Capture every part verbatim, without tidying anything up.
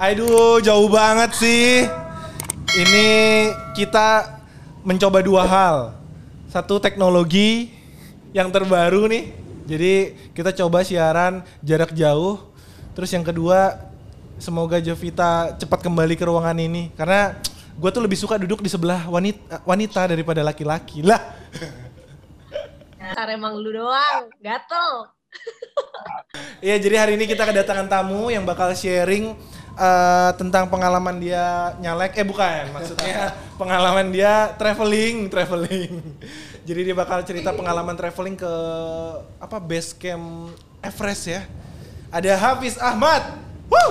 Aduh, jauh banget sih. Ini kita mencoba dua hal. Satu, teknologi yang terbaru nih. Jadi kita coba siaran jarak jauh. Terus yang kedua, semoga Jovita cepat kembali ke ruangan ini. Karena gue tuh lebih suka duduk di sebelah wanita, wanita daripada laki-laki lah. Ntar emang lu doang, gatel. Iya, jadi hari ini kita kedatangan tamu yang bakal sharing uh, tentang pengalaman dia nyalek. Eh bukan, maksudnya pengalaman dia traveling, traveling. Jadi dia bakal cerita pengalaman traveling ke apa base camp Everest ya. Ada Hafiz Ahmad. Woo!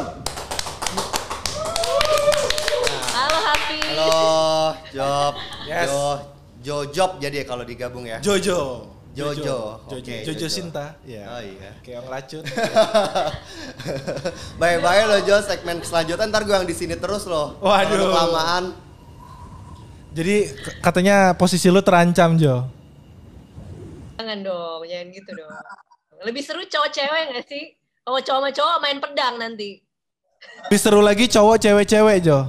Halo Hafiz. Halo, Job. Yes. Jo, Jo Job jadi ya kalau digabung ya. Jojo. Jojo. Jojo, Oke, okay, Jojo Jojo. Sinta. Ya. Oh iya. Kayak orang racun. Bye-bye lo Jo, segmen selanjutnya ntar gue yang di sini terus loh. Waduh. Kalau kelamaan. Jadi k- katanya posisi lu terancam, Jo. Jangan dong, jangan gitu dong. Lebih seru cowok cewek gak sih? Kalau cowok sama cowok main pedang nanti. Lebih seru lagi cowok cewek-cewek, Jo.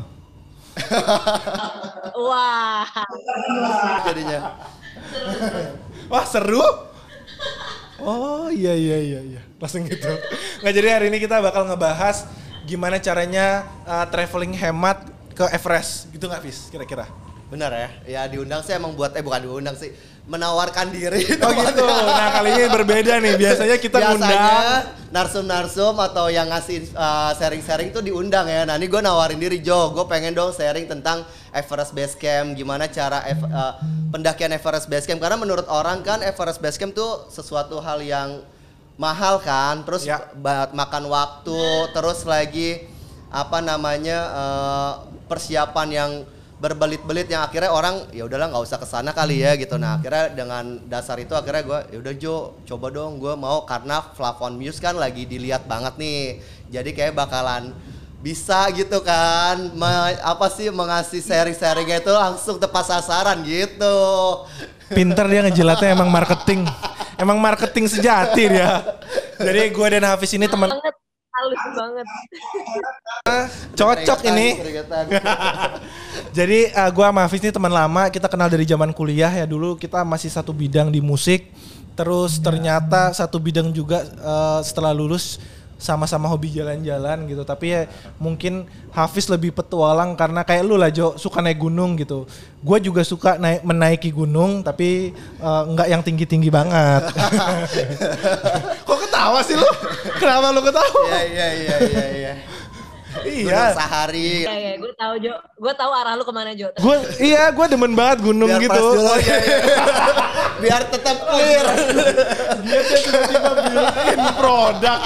Wah. Jadinya. Wah, seru. Oh iya iya iya iya. Langsung gitu. Nggak, jadi hari ini kita bakal ngebahas gimana caranya uh, traveling hemat ke Everest. Gitu nggak, Fis? Kira-kira? Benar ya? Ya diundang sih emang buat, eh bukan diundang sih. Menawarkan diri. Oh gitu. Nah kali ini berbeda nih. Biasanya kita Biasanya ngundang narsum-narsum atau yang ngasih uh, sharing-sharing tuh diundang ya. Nah ini gue nawarin diri, Jo, gue pengen dong sharing tentang Everest Base Camp. Gimana cara ev- uh, pendakian Everest Base Camp. Karena menurut orang kan Everest Base Camp tuh sesuatu hal yang mahal kan. Terus Ya. ba- makan waktu, terus lagi apa namanya uh, persiapan yang berbelit-belit yang akhirnya orang ya udahlah nggak usah kesana kali ya gitu. Nah akhirnya dengan dasar itu akhirnya gue ya udah Jo, coba dong gue mau, karena Flavon Muse kan lagi dilihat banget nih, jadi kayak bakalan bisa gitu kan, me, apa sih mengasih sharing-sharingnya itu langsung tepat sasaran gitu. pinter dia ngejilatnya, emang marketing. Emang marketing sejati dia. Jadi gue dan Hafiz ini teman Banget. Halus banget. cocok Keringetan, ini. keringetan. Jadi uh, gue sama Hafiz ini teman lama, kita kenal dari zaman kuliah ya. Dulu kita masih satu bidang di musik. Terus ternyata satu bidang juga uh, setelah lulus sama-sama hobi jalan-jalan gitu. Tapi ya mungkin Hafiz lebih petualang karena kayak lu lah Jo, suka naik gunung gitu. Gue juga suka naik menaiki gunung tapi uh, nggak yang tinggi-tinggi banget. Kok ketawa sih lu? Kenapa lu ketawa? Iya iya iya iya iya. Iya. Gunung Sahari. Iya iya, gue tahu Jo. Gue tahu arah lu kemana Jo. Gue iya gue demen banget gunung Biar gitu. pas dulu, iya, iya. Biar tetap clear. Dia tuh tiba-tiba bikin produk.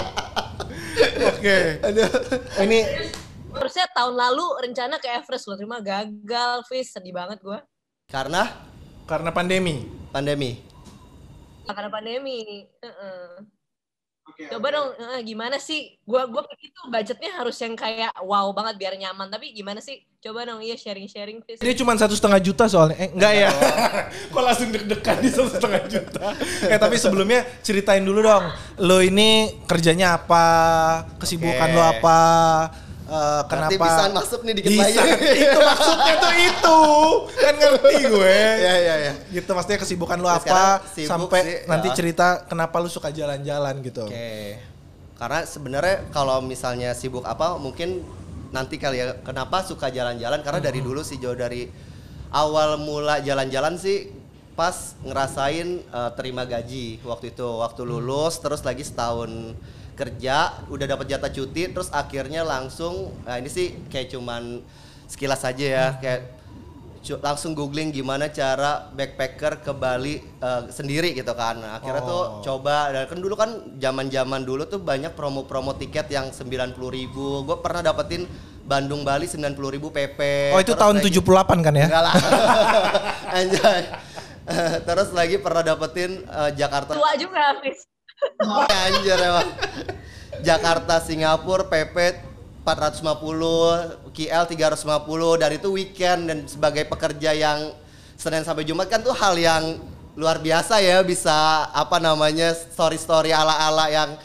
Oke. Oh, ini Terusnya tahun lalu rencana ke Everest loh, terima gagal, Fis. Sedih banget gue. Karena karena pandemi. pandemi. Karena pandemi. Heeh. Coba dong, eh, gimana sih? Gua gua pikir tuh budgetnya harus yang kayak wow banget biar nyaman. Tapi gimana sih? Coba dong, iya sharing-sharing, Fis. Dia cuma satu setengah juta soalnya. Eh enggak ya? Kok langsung deg-degan di satu setengah juta? Eh tapi sebelumnya ceritain dulu dong. Lo ini kerjanya apa? Kesibukan Oke. lo apa? Uh, Berarti kenapa? bisa masuk nih dikit Bisa. lagi. Itu maksudnya tuh itu. Kan ngerti gue. Iya iya iya. Gitu maksudnya kesibukan lo Nah, apa? sekarang sibuk Sampai sih, nanti ya. cerita kenapa lo suka jalan-jalan gitu. Oke. Karena sebenarnya kalau misalnya sibuk apa mungkin nanti kali ya, kenapa suka jalan-jalan, karena dari dulu sih jauh dari awal mula jalan-jalan sih pas ngerasain uh, terima gaji waktu itu, waktu lulus terus lagi setahun kerja udah dapat jatah cuti, terus akhirnya langsung nah ini sih kayak cuman sekilas aja ya, kayak cu- langsung googling gimana cara backpacker ke Bali uh, sendiri gitu kan. Nah, akhirnya Oh. tuh coba, dan kan dulu kan zaman-zaman dulu tuh banyak promo-promo tiket yang sembilan puluh ribu. Gue pernah dapetin Bandung Bali sembilan puluh ribu P P. Oh itu Terus tahun lagi- tujuh puluh delapan kan ya? Enggak lah. Anjay. Terus lagi pernah dapetin uh, Jakarta. Tua juga, Fis. Anjir emang. Jakarta Singapura P P empat ratus lima puluh, K L tiga ratus lima puluh, dan itu weekend, dan sebagai pekerja yang Senin sampai Jumat kan tuh hal yang luar biasa ya, bisa apa namanya story-story ala-ala yang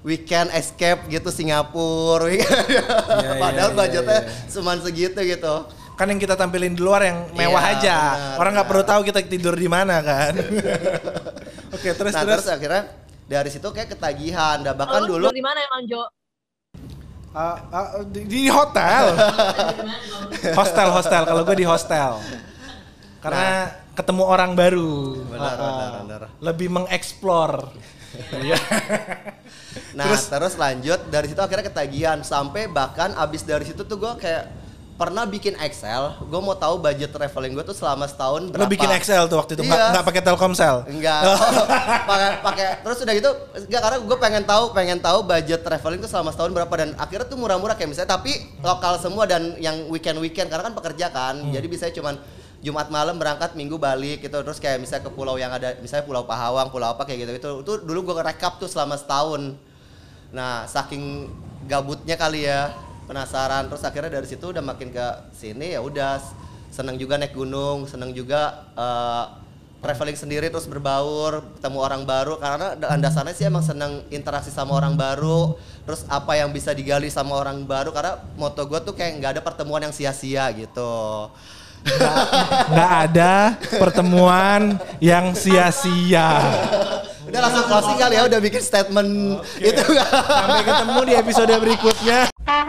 weekend escape gitu Singapura. Iya, Padahal iya, budgetnya iya, iya. cuman segitu gitu. Kan yang kita tampilin di luar yang mewah Iya, aja. benar, Orang nggak benar. perlu tahu kita tidur di mana kan. Oke, terus Nah terus. terus akhirnya dari situ kayak ketagihan. Dan bahkan Lu dulu di mana emang Jo? Uh, uh, di, di hotel. hostel, hostel. Kalau gue di hostel. Karena ketemu orang baru. Benar, Uh, uh, benar, benar. Lebih mengeksplor. Iya. Nah terus, terus lanjut dari situ akhirnya ketagihan sampai bahkan abis dari situ tuh gue kayak pernah bikin Excel, gue mau tahu budget traveling gue tuh selama setahun berapa. Lo bikin Excel tuh waktu itu, nggak Iya. nggak pakai Telkomsel? Enggak, pakai pakai terus udah gitu enggak karena gue pengen tahu pengen tahu budget traveling tuh selama setahun berapa dan akhirnya tuh murah-murah kayak misalnya tapi lokal semua dan yang weekend-weekend karena kan pekerja kan, Hmm. jadi biasanya cuman Jumat malam berangkat, Minggu balik gitu. Terus kayak misalnya ke pulau yang ada, misalnya Pulau Pahawang, pulau apa kayak gitu. Itu, itu dulu gue rekap tuh selama setahun. Nah, saking gabutnya kali ya, penasaran. Terus akhirnya dari situ udah makin ke sini ya udah seneng juga naik gunung, seneng juga uh, traveling sendiri terus berbaur, ketemu orang baru. Karena landasannya sih emang seneng interaksi sama orang baru. Terus apa yang bisa digali sama orang baru. Karena moto gue tuh kayak nggak ada pertemuan yang sia-sia gitu. Nggak ada pertemuan yang sia-sia. Udah langsung closing kali ya, udah bikin statement Oke. itu. Sampai ketemu di episode berikutnya.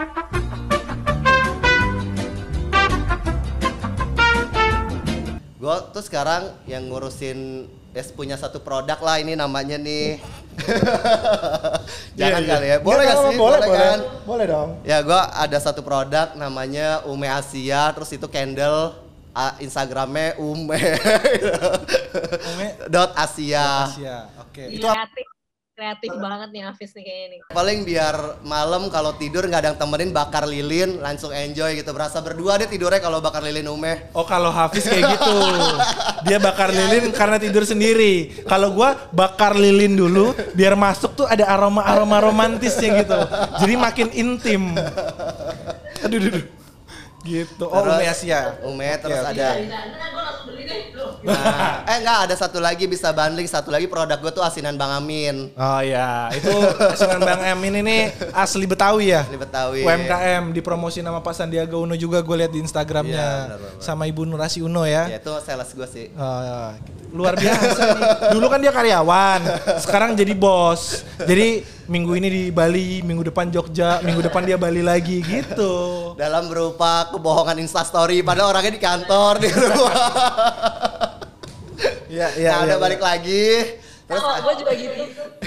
Gue tuh sekarang yang ngurusin Yes punya satu produk lah ini namanya nih. Jangan Iya, kali iya. ya. Boleh Nggak, gak nggak, sih? Boleh, boleh. kan? Boleh dong. Ya gue ada satu produk namanya Ume Asia. Terus itu candle uh, Instagramnya Ume. Ume Dot Asia. Asia. Oke. Itu apa? Kreatif. Kreatif banget nih Hafiz nih kayaknya nih. Paling biar malam kalau tidur nggak ada yang temenin bakar lilin langsung enjoy gitu. Berasa berdua deh tidurnya kalau bakar lilin Ume. Oh kalau Hafiz kayak gitu. Dia bakar lilin karena tidur sendiri. Kalau gua bakar lilin dulu biar masuk tuh ada aroma-aroma romantisnya gitu. Jadi makin intim. Aduh, aduh, aduh. Gitu. Oh, Terus, Ume Asia. Ume Oke, terus oke. ada. Nah, eh enggak ada satu lagi bisa bundling satu lagi produk gue tuh asinan Bang Amin. Oh iya, itu asinan Bang Amin ini asli Betawi ya? Asli Betawi. U M K M dipromosi nama Pak Sandiaga Uno juga gue lihat di Instagramnya. Iya, benar, benar. Sama Ibu Nurasi Uno ya. Ya itu sales gue sih. Oh, ya. Luar biasa nih. Dulu kan dia karyawan, sekarang jadi bos. Jadi minggu ini di Bali, minggu depan Jogja, minggu depan dia Bali lagi gitu. Dalam berupa kebohongan Instastory padahal orangnya di kantor di rumah. Iya, iya, Nah, iya. udah balik lagi. Terus Terus gue juga gitu.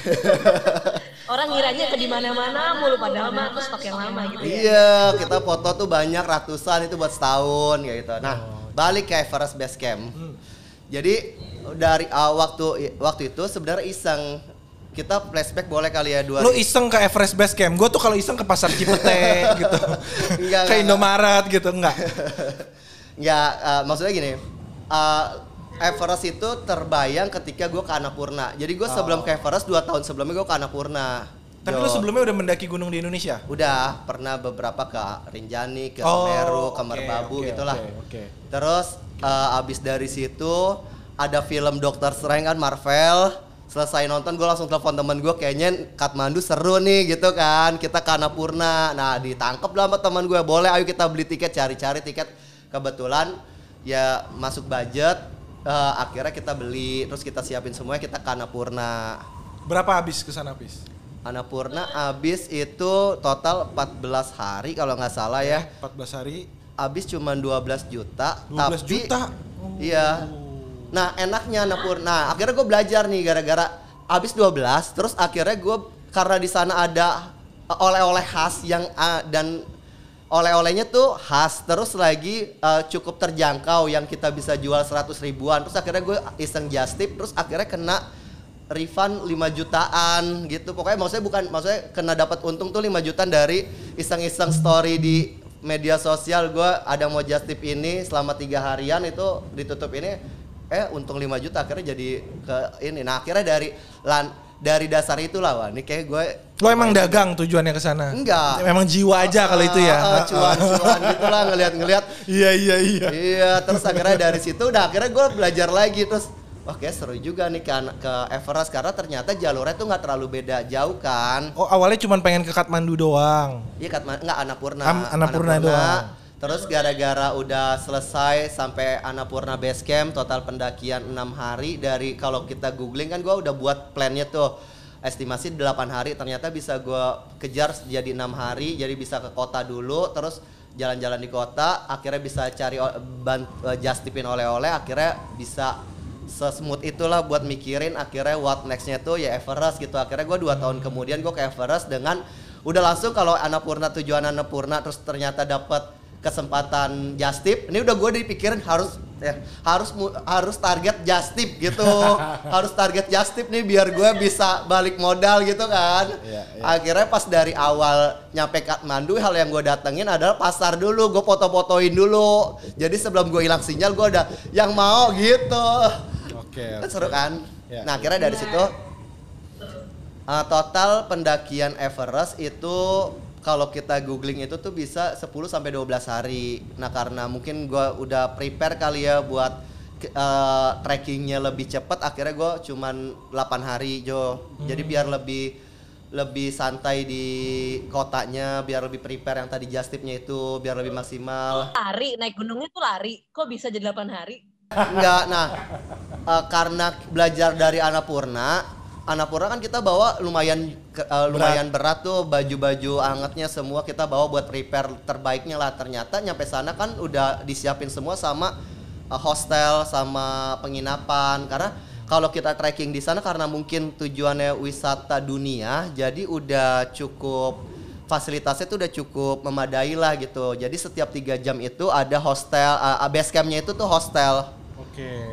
Orang ngiranya ke di mana-mana mulu padahal mah aku stok yang lama gitu ya. iya, kita foto tuh banyak ratusan itu buat setahun kayak gitu. Nah, balik ke Everest Base Camp. Jadi dari uh, waktu waktu itu sebenarnya iseng kita flashback boleh kali ya dua Lu iseng ke Everest Base Camp, gue tuh kalau iseng ke Pasar Cipete gitu. Enggak, ke enggak, Indomaret gitu, enggak. Enggak, uh, maksudnya gini. Uh, Everest itu terbayang ketika gue ke Annapurna. Jadi gue sebelum ke Everest dua tahun sebelumnya gue ke Annapurna. Tapi Yo. lu sebelumnya udah mendaki gunung di Indonesia? Udah pernah beberapa ke Rinjani, ke Oh, Semeru, ke oke, Merbabu oke, gitulah. oke, oke. Terus uh, abis dari situ ada film Doctor Strange kan Marvel. Selesai nonton gue langsung telepon temen gue kayaknya Kathmandu seru nih gitu kan. Kita ke Annapurna. Nah ditangkep lah sama teman gue. Boleh ayo kita beli tiket, cari-cari tiket. Kebetulan ya masuk budget. Uh, akhirnya kita beli, terus kita siapin semuanya, kita ke Annapurna. Berapa habis ke sana habis? Annapurna abis itu total empat belas hari kalau nggak salah ya. empat belas hari. Abis cuma dua belas juta. dua belas tapi, juta? Iya. Nah enaknya Annapurna, nah, akhirnya gue belajar nih gara-gara abis dua belas, terus akhirnya gue karena di sana ada oleh-oleh khas yang uh, dan oleh-olehnya tuh khas, terus lagi uh, cukup terjangkau yang kita bisa jual seratus ribuan. Terus akhirnya gue iseng just tip, terus akhirnya kena refund lima jutaan gitu. Pokoknya maksudnya bukan, maksudnya kena dapat untung tuh lima jutaan dari iseng-iseng story di media sosial. Gue ada mau just tip ini selama tiga harian itu ditutup ini, eh untung lima juta, akhirnya jadi ke ini. Nah akhirnya dari lan dari dasar itulah, wah ini kayak gue. Lo emang dagang tujuannya ke sana? Enggak. Memang jiwa aja kalau itu ya. Uh, uh, cuan-cuan gitulah ngelihat-ngelihat. Iya iya iya. Iya, terus akhirnya dari situ udah akhirnya gue belajar lagi, terus wah kayak seru juga nih ke, ke Everest karena ternyata jalurnya tuh nggak terlalu beda jauh kan. Oh awalnya cuma pengen ke Kathmandu doang? Iya Kathmandu, nggak Annapurna. Am, Annapurna, Annapurna doang. Terus gara-gara udah selesai sampai Annapurna Base Camp, total pendakian enam hari dari kalau kita googling kan gue udah buat plannya tuh. Estimasi delapan hari, ternyata bisa gue kejar jadi enam hari, jadi bisa ke kota dulu, terus jalan-jalan di kota, akhirnya bisa cari just tipin oleh-oleh, akhirnya bisa sesmooth itulah buat mikirin akhirnya what nextnya tuh ya Everest gitu. Akhirnya gue dua tahun kemudian gue ke Everest dengan udah langsung kalau Annapurna tujuan Annapurna, terus ternyata dapat kesempatan just tip, ini udah gue dipikirin harus ya, harus harus target just tip gitu. Harus target just tip nih biar gue bisa balik modal gitu kan. Yeah, yeah. Akhirnya pas dari awal nyampe Kathmandu, hal yang gue datengin adalah pasar dulu, gue foto-fotoin dulu. Jadi sebelum gue hilang sinyal gue udah yang mau gitu. Oke. Okay, okay. Seru kan? Yeah. Nah akhirnya dari situ uh, total pendakian Everest itu kalau kita googling itu tuh bisa sepuluh sampai dua belas hari. Nah karena mungkin gue udah prepare kali ya buat uh, trekkingnya lebih cepat, akhirnya gue cuman delapan hari Jo. Hmm. Jadi biar lebih lebih santai di kotanya, biar lebih prepare yang tadi just tipnya itu, biar lebih maksimal. Lari, naik gunungnya tuh lari, kok bisa jadi delapan hari? Enggak, nah uh, karena belajar dari Annapurna, Annapurna kan kita bawa lumayan uh, lumayan berat. berat tuh, baju-baju angetnya semua kita bawa buat prepare terbaiknya lah. Ternyata nyampe sana kan udah disiapin semua sama uh, hostel sama penginapan. Karena kalau kita trekking di sana karena mungkin tujuannya wisata dunia, jadi udah cukup fasilitasnya tuh udah cukup memadai lah gitu. Jadi setiap tiga jam itu ada hostel, uh, base campnya itu tuh hostel. Oke. Okay.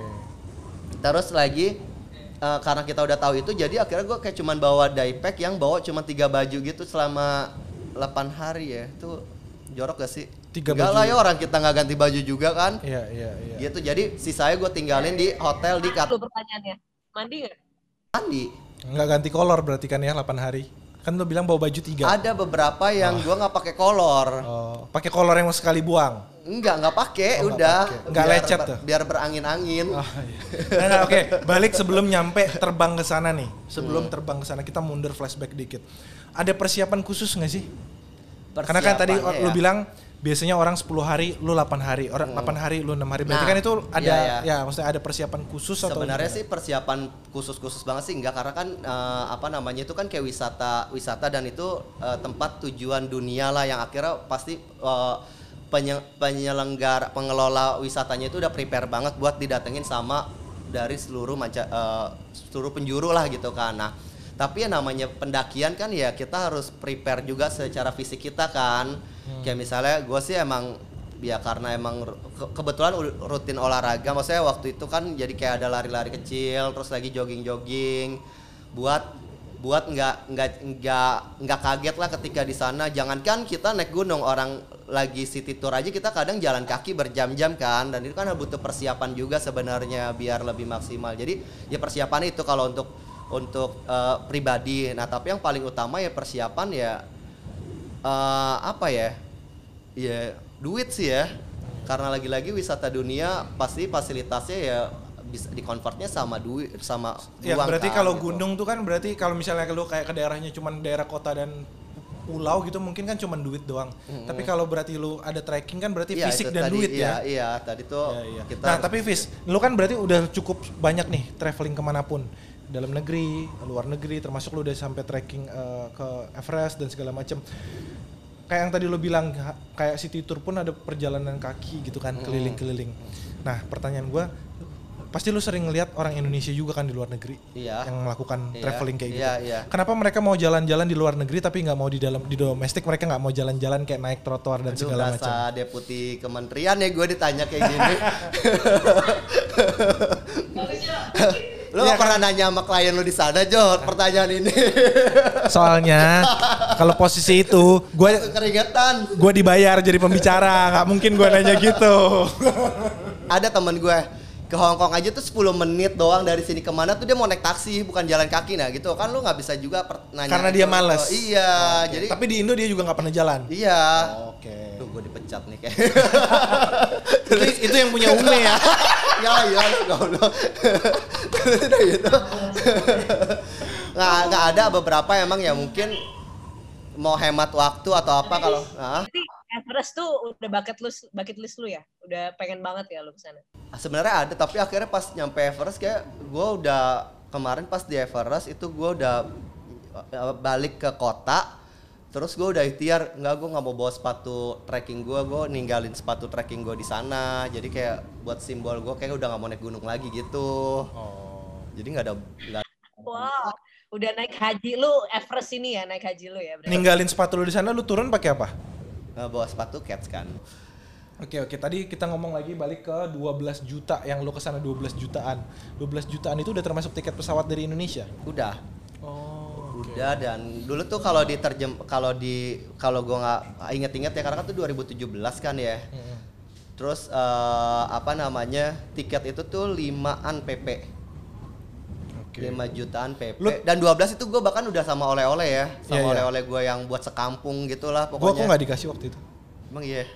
Terus lagi Uh, karena kita udah tahu itu, jadi akhirnya gue kayak cuman bawa diepack yang bawa cuma tiga baju gitu selama delapan hari ya. Itu jorok gak sih? Tiga Enggak baju. Lah ya, orang kita nggak ganti baju juga kan. Iya iya iya. Gitu, jadi sisanya gue tinggalin di hotel di Kat. Lu pertanyaannya, mandi nggak? Mandi. Nggak ganti kolor berarti kan ya delapan hari. Kan lu bilang bawa baju tiga. Ada beberapa yang oh. gue nggak pakai kolor. Oh, pakai kolor yang sekali buang. Enggak, enggak pakai, oh, udah. Enggak lecet ber, tuh. Biar berangin-angin. Oh, iya. Nah, nah, oke, okay. Balik sebelum nyampe terbang ke sana nih. Sebelum hmm. terbang ke sana kita mundur flashback dikit. Ada persiapan khusus enggak sih? Karena kan tadi ya. Lu bilang biasanya orang sepuluh hari, lu delapan hari. Orang hmm. delapan hari, lu enam hari. Berarti nah, kan itu ada iya, iya. ya, maksudnya ada persiapan khusus atau sebenarnya sih persiapan khusus-khusus banget sih enggak, karena kan uh, apa namanya itu kan kayak wisata wisata dan itu uh, tempat tujuan dunia lah yang akhirnya pasti uh, penyelenggara pengelola wisatanya itu udah prepare banget buat didatengin sama dari seluruh manca, uh, seluruh penjuru lah gitu kan. Nah, tapi ya namanya pendakian kan ya kita harus prepare juga secara fisik kita kan. Hmm. Kayak misalnya gue sih emang ya karena emang ke- kebetulan rutin olahraga, maksudnya waktu itu kan jadi kayak ada lari-lari kecil, terus lagi jogging-jogging buat buat nggak nggak nggak nggak kaget lah ketika di sana. Jangankan kita naik gunung, orang lagi city tour aja kita kadang jalan kaki berjam-jam kan, dan itu kan butuh persiapan juga sebenarnya biar lebih maksimal. Jadi ya persiapan itu kalau untuk untuk uh, pribadi. Nah tapi yang paling utama ya persiapan ya uh, apa ya ya duit sih ya, karena lagi-lagi wisata dunia pasti fasilitasnya ya bisa dikonvertnya sama duit sama ya, uang. Berarti kan, kalau gitu. Gunung tuh kan berarti kalau misalnya lu kayak ke daerahnya cuman daerah kota dan pulau gitu mungkin kan cuman duit doang. Mm-hmm. Tapi kalau berarti lu ada trekking kan berarti ya, fisik dan tadi, duit iya, ya. Iya, tadi tuh ya, iya. kita. Nah, tapi Fis, lu kan berarti udah cukup banyak nih traveling kemanapun, dalam negeri, luar negeri, termasuk lu udah sampai trekking uh, ke Everest dan segala macam. Kayak yang tadi lu bilang kayak city tour pun ada perjalanan kaki gitu kan, mm-hmm. keliling-keliling. Nah, pertanyaan gua, pasti lu sering ngelihat orang Indonesia juga kan di luar negeri iya. yang melakukan iya. traveling kayak iya, gitu. Iya. Kenapa mereka mau jalan-jalan di luar negeri tapi nggak mau di dalam di domestik? Mereka nggak mau jalan-jalan kayak naik trotoar dan Aduh, segala macam. Aduh, deputi kementerian ya gue ditanya kayak gini. Lu ya, pernah kan? Nanya sama klien lu di sana, Jod, pertanyaan ini. Soalnya kalau posisi itu gue keringetan. Gue dibayar jadi pembicara, nggak mungkin gue nanya gitu. Ada teman gue ke Hong Kong aja tuh sepuluh menit doang dari sini kemana tuh dia mau naik taksi bukan jalan kaki, nah gitu kan lu nggak bisa juga per- nanya karena dia males. Oh, iya, okay. Jadi tapi di Indo dia juga nggak pernah jalan. Iya. Oh, oke. Okay. Tuh gue dipecat nih kayak. itu yang punya Ume ya. Ya ya goblok. Udah gitu. Nggak nggak ada beberapa emang ya mungkin mau hemat waktu atau apa kalau. Jadi Everest tuh udah bucket list bucket list lu ya? Udah pengen banget ya lu kesana? Sebenarnya ada tapi akhirnya pas nyampe Everest kayak gue udah kemarin pas di Everest itu gue udah balik ke kota. Terus gue udah ikhtiar, enggak gue nggak mau bawa sepatu trekking gue, gue ninggalin sepatu trekking gue di sana. Jadi kayak buat simbol gue kayak udah nggak mau naik gunung lagi gitu. Oh. Jadi nggak ada. Gak... Wow, udah naik haji lu Everest ini ya naik haji lu ya. Berarti. Ninggalin sepatu lu di sana, lu turun pakai apa? Nggak bawa sepatu Keds kan. Oke oke, tadi kita ngomong lagi balik ke dua belas juta yang lu kesana dua belas jutaan. dua belas jutaan itu udah termasuk tiket pesawat dari Indonesia? Udah. Oh. Udah dan dulu tuh kalau diterjem kalau di kalau gua nggak inget-inget ya karena kan tuh dua ribu tujuh belas kan ya. Hmm. Terus uh, apa namanya tiket itu tuh limaan P P. Okay. lima jutaan P P. Lu, dan dua belas itu gua bahkan udah sama oleh-oleh ya, sama yeah, oleh-oleh yeah. gua yang buat sekampung gitulah pokoknya. Gua kok nggak dikasih waktu itu. Emang iya.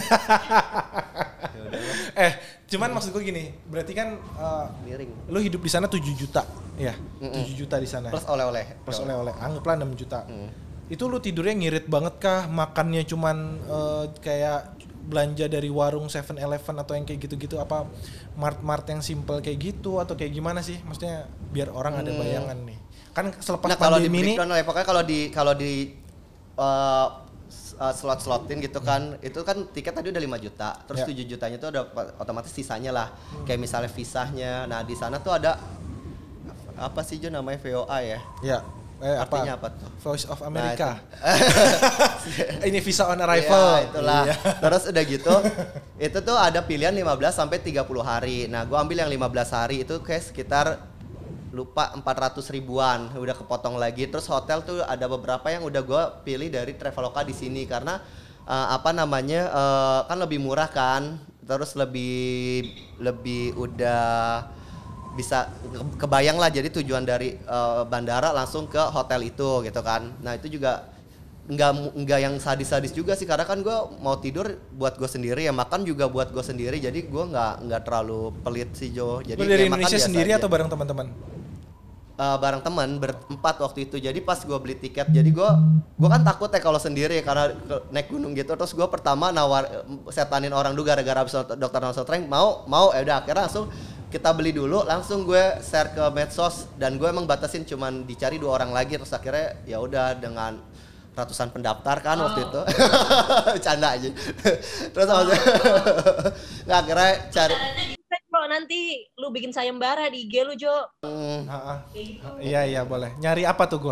eh, cuman hmm. maksud gue gini, berarti kan uh, lu hidup di sana tujuh juta, ya, Mm-mm. tujuh juta di sana. Plus oleh-oleh. Plus oleh-oleh, anggaplah enam juta. Mm. Itu lu tidurnya ngirit banget kah? Makannya cuman uh, kayak belanja dari warung seven eleven atau yang kayak gitu-gitu? Apa mart-mart yang simple kayak gitu? Atau kayak gimana sih? Maksudnya biar orang mm. ada bayangan nih. Kan selepas nah, pandemi ini. Nah kalau di pokoknya kalau di kalau di uh, Uh, slot-slotin gitu kan, hmm. itu kan tiket tadi udah lima juta, terus yeah. tujuh jutanya itu udah otomatis sisanya lah, hmm. kayak misalnya visanya. Nah di sana tuh ada apa sih Jo namanya V O A ya? Ya. Eh, artinya apa? apa tuh? Voice of America. Nah, ini visa on arrival. Ya, itulah. Iya. Terus udah gitu, itu tuh ada pilihan lima belas sampai tiga puluh hari. Nah gua ambil yang lima belas hari itu kayak sekitar lupa empat ratus ribuan udah kepotong lagi. Terus hotel tuh ada beberapa yang udah gue pilih dari Traveloka di sini karena uh, apa namanya uh, kan lebih murah kan, terus lebih lebih udah bisa kebayang lah jadi tujuan dari uh, bandara langsung ke hotel itu gitu kan. Nah itu juga nggak nggak yang sadis-sadis juga sih karena kan gue mau tidur buat gue sendiri ya, makan juga buat gue sendiri, jadi gue nggak nggak terlalu pelit sih Jo. Jadi dari Indonesia sendiri aja. Atau bareng teman-teman? Uh, bareng teman berempat waktu itu. Jadi pas gue beli tiket, jadi gue gue kan takut ya kalau sendiri karena naik gunung gitu. Terus gue pertama nawar setanin orang dulu gara-gara abis dokter Nelson Trank mau mau ya udah akhirnya langsung kita beli dulu, langsung gue share ke medsos dan gue emang batasin cuman dicari dua orang lagi. Terus akhirnya ya udah dengan ratusan pendaftar kan oh. waktu itu. Canda aja. Terus oh. nggak akhirnya cari. Bro, nanti lu bikin sayembara di I G lu Jo. Hmm. Gitu. Iya iya boleh. Nyari apa tuh gua?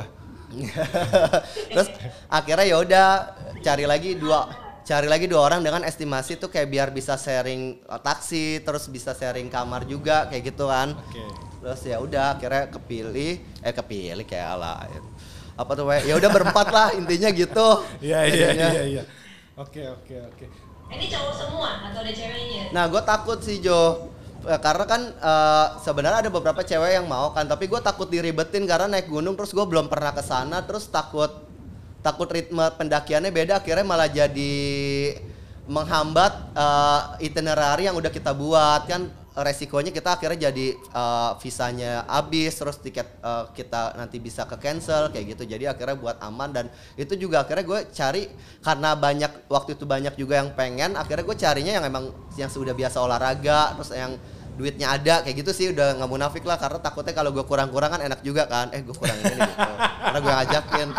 Terus akhirnya ya udah cari lagi dua cari lagi dua orang dengan estimasi tuh kayak biar bisa sharing taksi, terus bisa sharing kamar juga kayak gitu kan. Okay. Terus ya udah akhirnya kepilih eh kepilih kayak ala apa tuh ya udah berempat lah intinya gitu. Iya iya iya iya. Oke oke oke. Ini cowok semua atau ada ceweknya? Nah gue takut sih Jo. Karena kan uh, sebenarnya ada beberapa cewek yang mau kan, tapi gue takut diribetin karena naik gunung terus gue belum pernah ke sana, terus takut takut ritme pendakiannya beda, akhirnya malah jadi menghambat uh, itinerary yang udah kita buat kan. Resikonya kita akhirnya jadi uh, visanya habis, terus tiket uh, kita nanti bisa ke cancel kayak gitu. Jadi akhirnya buat aman, dan itu juga akhirnya gue cari karena banyak waktu itu banyak juga yang pengen, akhirnya gue carinya yang emang yang sudah biasa olahraga, terus yang duitnya ada kayak gitu sih, udah nggak munafik lah karena takutnya kalau gue kurang-kurang kan enak juga kan, eh gue kurang ini gitu karena gue ngajakin.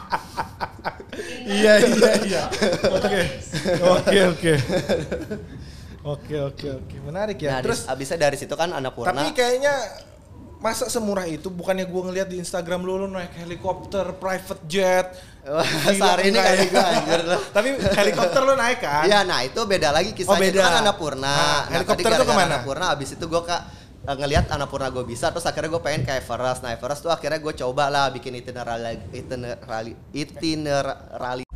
Iya iya iya. Oke oke oke. Oke oke oke, menarik ya. Nah, terus abisnya dari situ kan Annapurna. Tapi kayaknya masa semurah itu, bukannya gue ngeliat di Instagram lu, lu naik helikopter, private jet. Sehari ini kali gue anjir loh. Tapi helikopter lu naik kan? Iya, nah itu beda lagi kisahnya. Oh, beda. Itu kan Annapurna. Nah, nah, helikopter itu kemana? Annapurna, abis itu gue kak ngelihat Annapurna gue bisa, terus akhirnya gue pengen ke Everest. Nah Everest tuh akhirnya gue coba lah bikin itinerary itinerary itinerary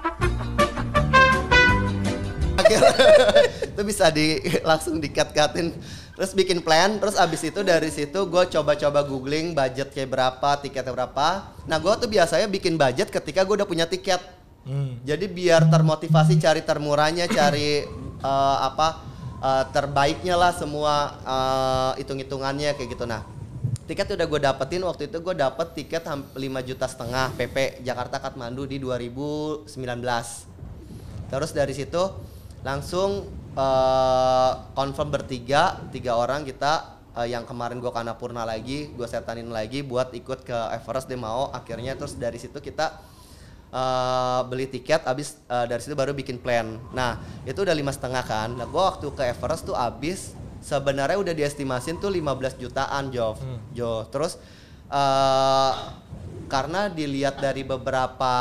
akhirnya itu bisa di langsung di-cut-cutin, terus bikin plan, terus abis itu dari situ gue coba-coba googling budget kayak berapa, tiketnya berapa. Nah gue tuh biasanya bikin budget ketika gue udah punya tiket, hmm. jadi biar termotivasi cari termurahnya, cari uh, apa uh, terbaiknya lah semua uh, hitung-hitungannya kayak gitu. Nah tiket udah gue dapetin waktu itu, gue dapet tiket lima juta setengah P P Jakarta Kathmandu di dua ribu sembilan belas. Terus dari situ langsung uh, confirm bertiga, tiga orang kita uh, yang kemarin gue ke Annapurna lagi, gue setanin lagi buat ikut ke Everest, dia mau akhirnya. Terus dari situ kita uh, beli tiket, abis uh, dari situ baru bikin plan. Nah itu udah lima setengah kan. Nah gue waktu ke Everest tuh abis sebenarnya udah diestimasin tuh lima belas jutaan Jov. Hmm. Jo. Terus uh, karena dilihat dari beberapa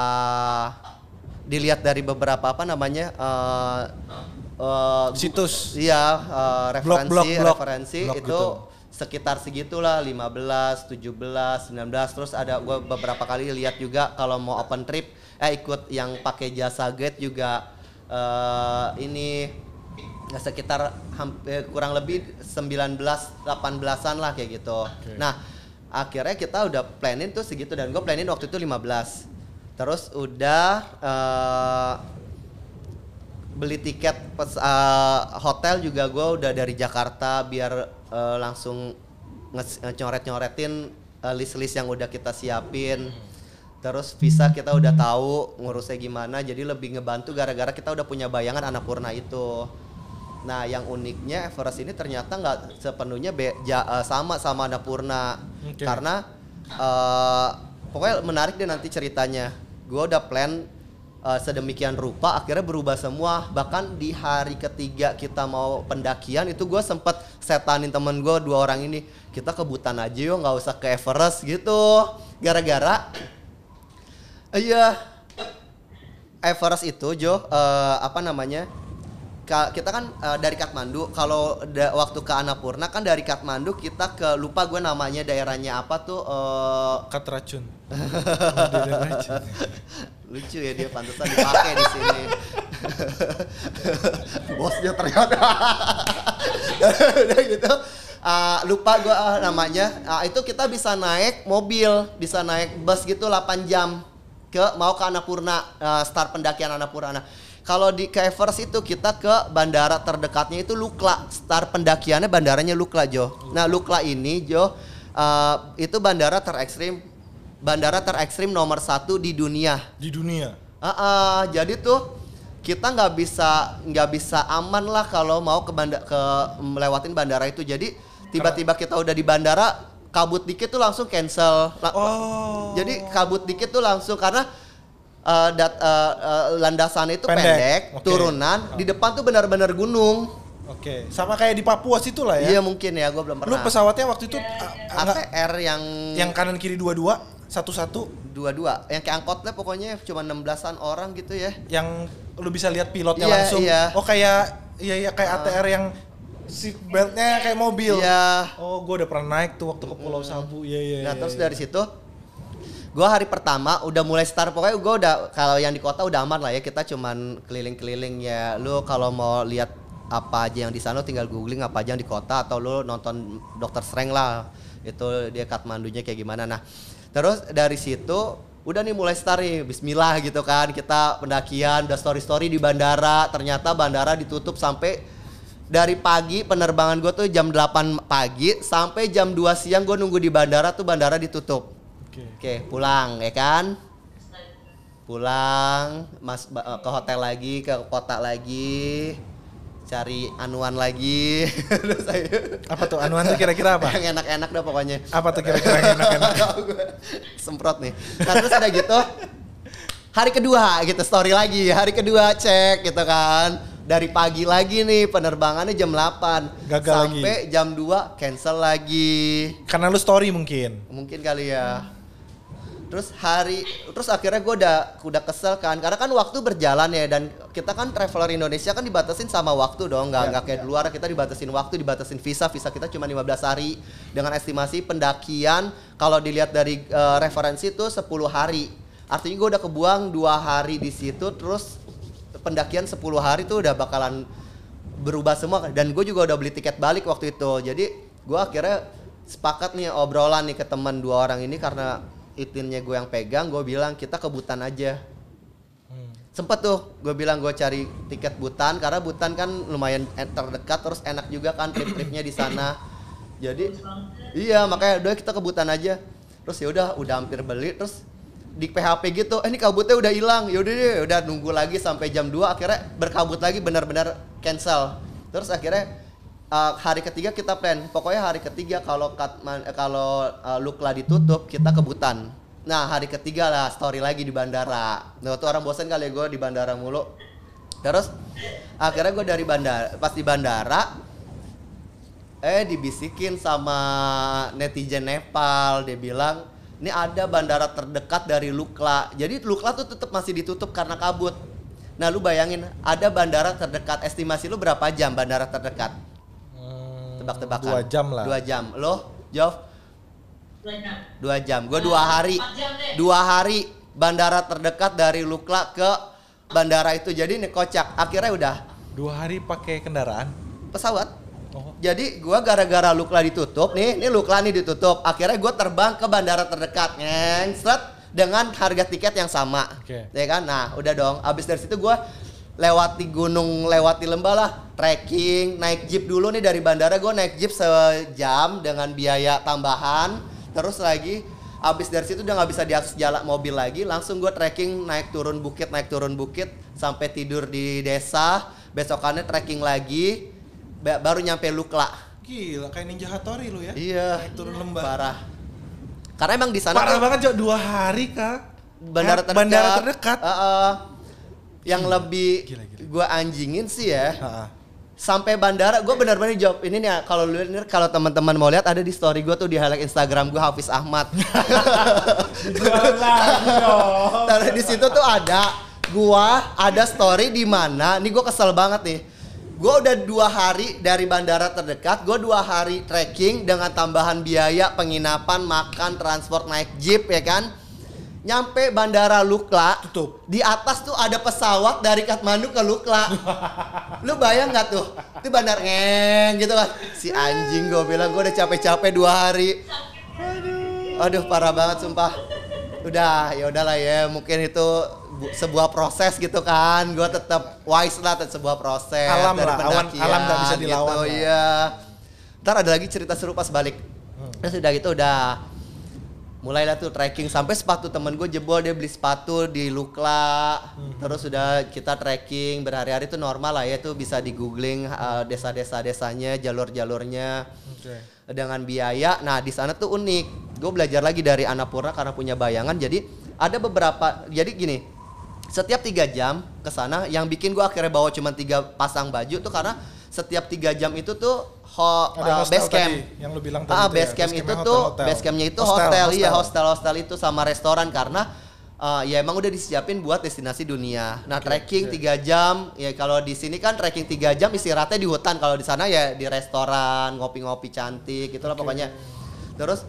dilihat dari beberapa apa namanya uh, uh, situs, iya uh, referensi blog, blog, blog. referensi blog itu gitu. Sekitar segitulah lima belas, tujuh belas, sembilan belas. Terus ada gue beberapa kali lihat juga kalau mau open trip eh ikut yang pakai jasa guide juga uh, ini sekitar hampir kurang lebih sembilan belas, delapan belasan lah kayak gitu. Okay. Nah akhirnya kita udah planning tuh segitu dan gue planning waktu itu lima belas. Terus udah uh, beli tiket pes, uh, hotel juga gue udah dari Jakarta biar uh, langsung nge-nyoret-nyoretin uh, list-list yang udah kita siapin. Terus visa kita udah tahu ngurusnya gimana, jadi lebih ngebantu gara-gara kita udah punya bayangan Annapurna itu. Nah yang uniknya Everest ini ternyata nggak sepenuhnya be, ja, uh, sama sama Annapurna. Okay. Karena uh, pokoknya menarik deh nanti ceritanya. Gue udah plan uh, sedemikian rupa, akhirnya berubah semua. Bahkan di hari ketiga kita mau pendakian itu gue sempet setanin temen gue dua orang ini, kita ke Butan aja yuk, nggak usah ke Everest gitu. Gara-gara iya Everest itu Jo uh, apa namanya? Kita kan uh, dari Kathmandu, kalau da- waktu ke Annapurna kan dari Kathmandu kita ke, lupa gue namanya daerahnya apa tuh, uh, Katracun. Lucu ya dia, pantesan dipakai di sini. Bosnya ternyata. Udah gitu. Uh, lupa gue uh, namanya. Uh, itu kita bisa naik mobil, bisa naik bus gitu delapan jam ke mau ke Annapurna, uh, start pendakian Annapurna. Kalau di ke Everest itu kita ke bandara terdekatnya itu Lukla. Start pendakiannya bandaranya Lukla Jo. Nah Lukla ini Jo uh, itu bandara terekstrim, bandara terekstrim nomor satu di dunia. Di dunia. Uh, uh, jadi tuh kita nggak bisa nggak bisa aman lah kalau mau ke banda, ke melewatin bandara itu. Jadi tiba-tiba kita udah di bandara, kabut dikit tuh langsung cancel. Oh. Jadi kabut dikit tuh langsung karena Uh, dat, uh, uh, landasannya itu pendek, pendek okay. Turunan oh. Di depan tuh benar-benar gunung. Oke, okay. Sama kayak di Papua situ lah ya. Iya mungkin ya, gue belum pernah. Lu pesawatnya waktu itu A T R yang yang kanan kiri dua-dua, satu-satu, dua-dua, yang kayak angkot lah pokoknya, cuma enam belasan orang gitu ya. Yang lu bisa lihat pilotnya iya, langsung. Iya. Oh kayak iya iya kayak uh. A T R yang seat beltnya kayak mobil. Iya. Oh, gue udah pernah naik tuh waktu ke Pulau Sabu. Iya iya. Nah iya, terus iya. dari situ gue hari pertama udah mulai start, pokoknya gue udah kalau yang di kota udah aman lah ya, kita cuman keliling-keliling ya. Lu kalau mau lihat apa aja yang di sana tinggal googling apa aja yang di kota, atau lu nonton Dokter Strange lah, itu dia Kathmandunya kayak gimana. Nah terus dari situ udah nih mulai start nih, bismillah gitu kan, kita pendakian, udah story-story di bandara. Ternyata bandara ditutup sampai dari pagi, penerbangan gue tuh jam delapan pagi sampai jam dua siang gue nunggu di bandara tuh, bandara ditutup. Oke, okay. okay, pulang ya kan, pulang mas ke hotel lagi, ke kota lagi, cari anuan lagi. Apa tuh anuan tuh kira-kira apa? Yang enak-enak dah pokoknya. Apa tuh kira-kira yang enak-enak? Semprot nih. Nah, terus ada gitu, hari kedua gitu story lagi, hari kedua cek gitu kan, dari pagi lagi nih penerbangannya jam delapan, gagal sampai lagi. jam dua cancel lagi. Karena lu story mungkin. Mungkin kali ya. Terus hari, terus akhirnya gue udah udah kesel kan, karena kan waktu berjalan ya, dan kita kan traveler Indonesia kan dibatasin sama waktu dong, nggak nggak ya, kayak ya. Di luar kita dibatasin waktu, dibatasin visa, visa kita cuma lima belas hari, dengan estimasi pendakian kalau dilihat dari uh, referensi itu sepuluh hari, artinya gue udah kebuang dua hari di situ, terus pendakian sepuluh hari tuh udah bakalan berubah semua, dan gue juga udah beli tiket balik waktu itu, jadi gue akhirnya sepakat nih obrolan nih ke teman dua orang ini, karena itinnya gue yang pegang, gue bilang kita ke Butan aja. Hmm. sempet tuh gue bilang gue cari tiket Butan karena Butan kan lumayan terdekat terus enak juga kan trip-tripnya di sana. Jadi iya makanya udah kita ke Butan aja. Terus ya udah udah hampir beli terus di P H P gitu, eh ini kabutnya udah hilang. Ya udah deh, udah nunggu lagi sampai jam dua akhirnya berkabut lagi benar-benar cancel. Terus akhirnya uh, hari ketiga kita plan. Pokoknya hari ketiga kalau Katman eh, kalau uh, Lukla ditutup kita ke Butan. Nah hari ketiga lah story lagi di bandara. Nah tuh orang bosan kali ya gue di bandara mulu. Terus akhirnya gue dari bandara, pas di bandara eh dibisikin sama netizen Nepal. Dia bilang ini ada bandara terdekat dari Lukla. Jadi Lukla tuh tetap masih ditutup karena kabut. Nah lu bayangin ada bandara terdekat, estimasi lu berapa jam bandara terdekat? Hmm, Tebak-tebakan. Dua jam lah. Dua jam. Lo Jov? Dua jam. Dua jam. Gue dua hari. Dua hari bandara terdekat dari Lukla ke bandara itu. Jadi ini kocak. Akhirnya udah. Dua hari pakai kendaraan? Pesawat. Oh. Jadi gue gara-gara Lukla ditutup nih, ini Lukla nih ditutup. Akhirnya gue terbang ke bandara terdekat, ngensret dengan harga tiket yang sama. Oke. Ya kan? Nah, udah dong. Abis dari situ gue lewati gunung, lewati lembah lah, trekking, naik jeep dulu nih dari bandara. Gue naik jeep sejam dengan biaya tambahan. Terus lagi, abis dari situ udah nggak bisa diakses jalan mobil lagi. Langsung gue trekking, naik turun bukit, naik turun bukit, sampai tidur di desa. Besokannya trekking lagi, baru nyampe Lukla. Gila, kayak Ninja Hattori lu ya? Iya. Naik turun lembah. Parah. Karena emang di sana Parah tuh banget Jo, dua hari kak. bandara Eh, terdekat. Bandara terdekat. Uh, uh, yang Gila. lebih Gila, gila. gue anjingin sih ya. Ha-ha. Sampai bandara, gue benar-benar jawab ini nih. Kalau lu lihat, kalau teman-teman mau lihat ada di story gue tuh di highlight Instagram gue Hafiz Ahmad. Karena di situ tuh ada gua ada story di mana, nih gue kesel banget nih. Gue udah dua hari dari bandara terdekat, gue dua hari trekking dengan tambahan biaya penginapan, makan, transport, naik jeep ya kan. Nyampe bandara Lukla, tutup. Di atas tuh ada pesawat dari Kathmandu ke Lukla. Lu bayang nggak tuh? Itu bandar ngeng gitu kan. Si anjing gue bilang gue udah capek-capek dua hari. Aduh parah banget sumpah. Udah ya udahlah ya, mungkin itu bu- sebuah proses gitu kan. Gue tetap wise lah, tetap sebuah proses. Alam dari lah, awan- pendakian alam nggak bisa dilawan Gitu, lah. iya. Ntar ada lagi cerita seru pas balik. Terus udah gitu udah mulailah tuh trekking sampai sepatu temen gue jebol, dia beli sepatu di Lukla. Hmm. Terus udah kita trekking berhari-hari tuh normal lah ya, tuh bisa di googling uh, desa-desa desanya, jalur-jalurnya Okay. dengan biaya. Nah di sana tuh unik. Gue belajar lagi dari Annapurna karena punya bayangan. Jadi ada beberapa. Jadi gini, setiap tiga jam ke sana. Yang bikin gue akhirnya bawa cuma tiga pasang baju tuh karena setiap tiga jam itu tuh Ho, uh, Ada base hostel camp. tadi, yang lu bilang tadi Ah, itu base ya, camp base itu campnya tuh, hotel-hotel. base campnya itu Hostel, hotel, iya hostel. hostel-hostel itu sama restoran karena uh, ya emang udah disiapin buat destinasi dunia. Nah, Oke, trekking oke. tiga jam, ya kalau di sini kan trekking tiga jam istirahatnya di hutan, kalau di sana ya di restoran, ngopi-ngopi cantik gitulah Oke. pokoknya. Terus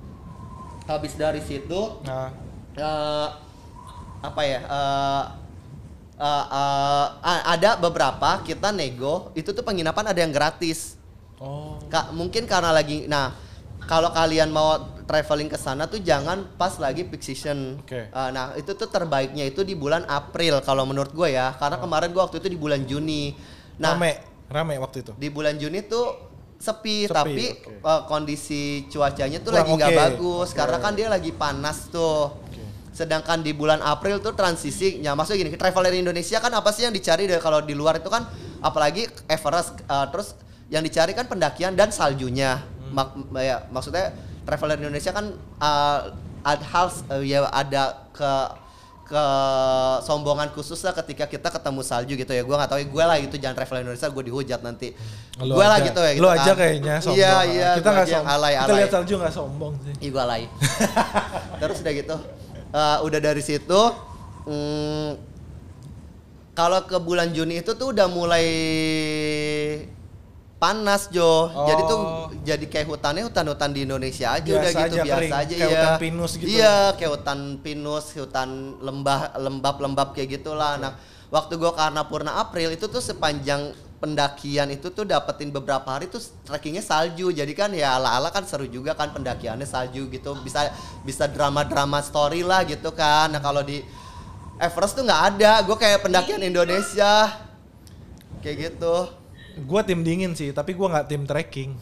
habis dari situ Nah, uh, apa ya? Uh, uh, uh, a- ada beberapa kita nego, itu tuh penginapan ada yang gratis. oh. Kak, mungkin karena lagi, nah kalau kalian mau traveling ke sana tuh jangan pas lagi peak season. Oke. Uh, nah itu tuh terbaiknya itu di bulan April kalau menurut gue ya, karena kemarin gue waktu itu di bulan Juni. Nah rame, rame waktu itu. di bulan Juni tuh sepi, Sepi, tapi oke. uh, kondisi cuacanya tuh Kurang lagi nggak oke. bagus Oke. karena kan dia lagi panas tuh. Oke. Sedangkan di bulan April tuh transisi, ya maksudnya gini, traveler Indonesia kan apa sih yang dicari dari kalau di luar itu kan, apalagi Everest, uh, terus yang dicari kan pendakian dan saljunya. Hmm. Mak, ya, maksudnya traveler Indonesia kan uh, ada hal, uh, ya ada ke ke sombongan khusus lah ketika kita ketemu salju gitu ya. Gue nggak tahu ya, gue lah gitu, jangan traveler Indonesia gue dihujat nanti. Lu Gue lah aja. gitu ya. Gitu Lu kan. aja kayaknya sombong. Iya iya. Kita gua nggak aja yang sombong. alay Kita alay. lihat salju nggak sombong sih. Ih, gue alay. Terus udah gitu, uh, udah dari situ, mm, kalau ke bulan Juni itu tuh udah mulai panas Jo. Oh. Jadi tuh jadi kayak hutannya hutan-hutan di Indonesia aja Biasa udah gitu aja, biasa kering. aja Kayak ya. hutan pinus gitu. Iya, kayak hutan pinus, hutan lembah lembab-lembab kayak gitulah. Nah, waktu gua ke Annapurna April itu tuh sepanjang pendakian itu tuh dapetin beberapa hari tuh trekkingnya salju, jadi kan ya ala-ala kan seru juga kan pendakiannya salju gitu, bisa bisa drama-drama story lah gitu kan. Nah kalau di Everest tuh nggak ada, gue kayak pendakian Indonesia, kayak gitu. Gue tim dingin sih, tapi gue nggak tim trekking.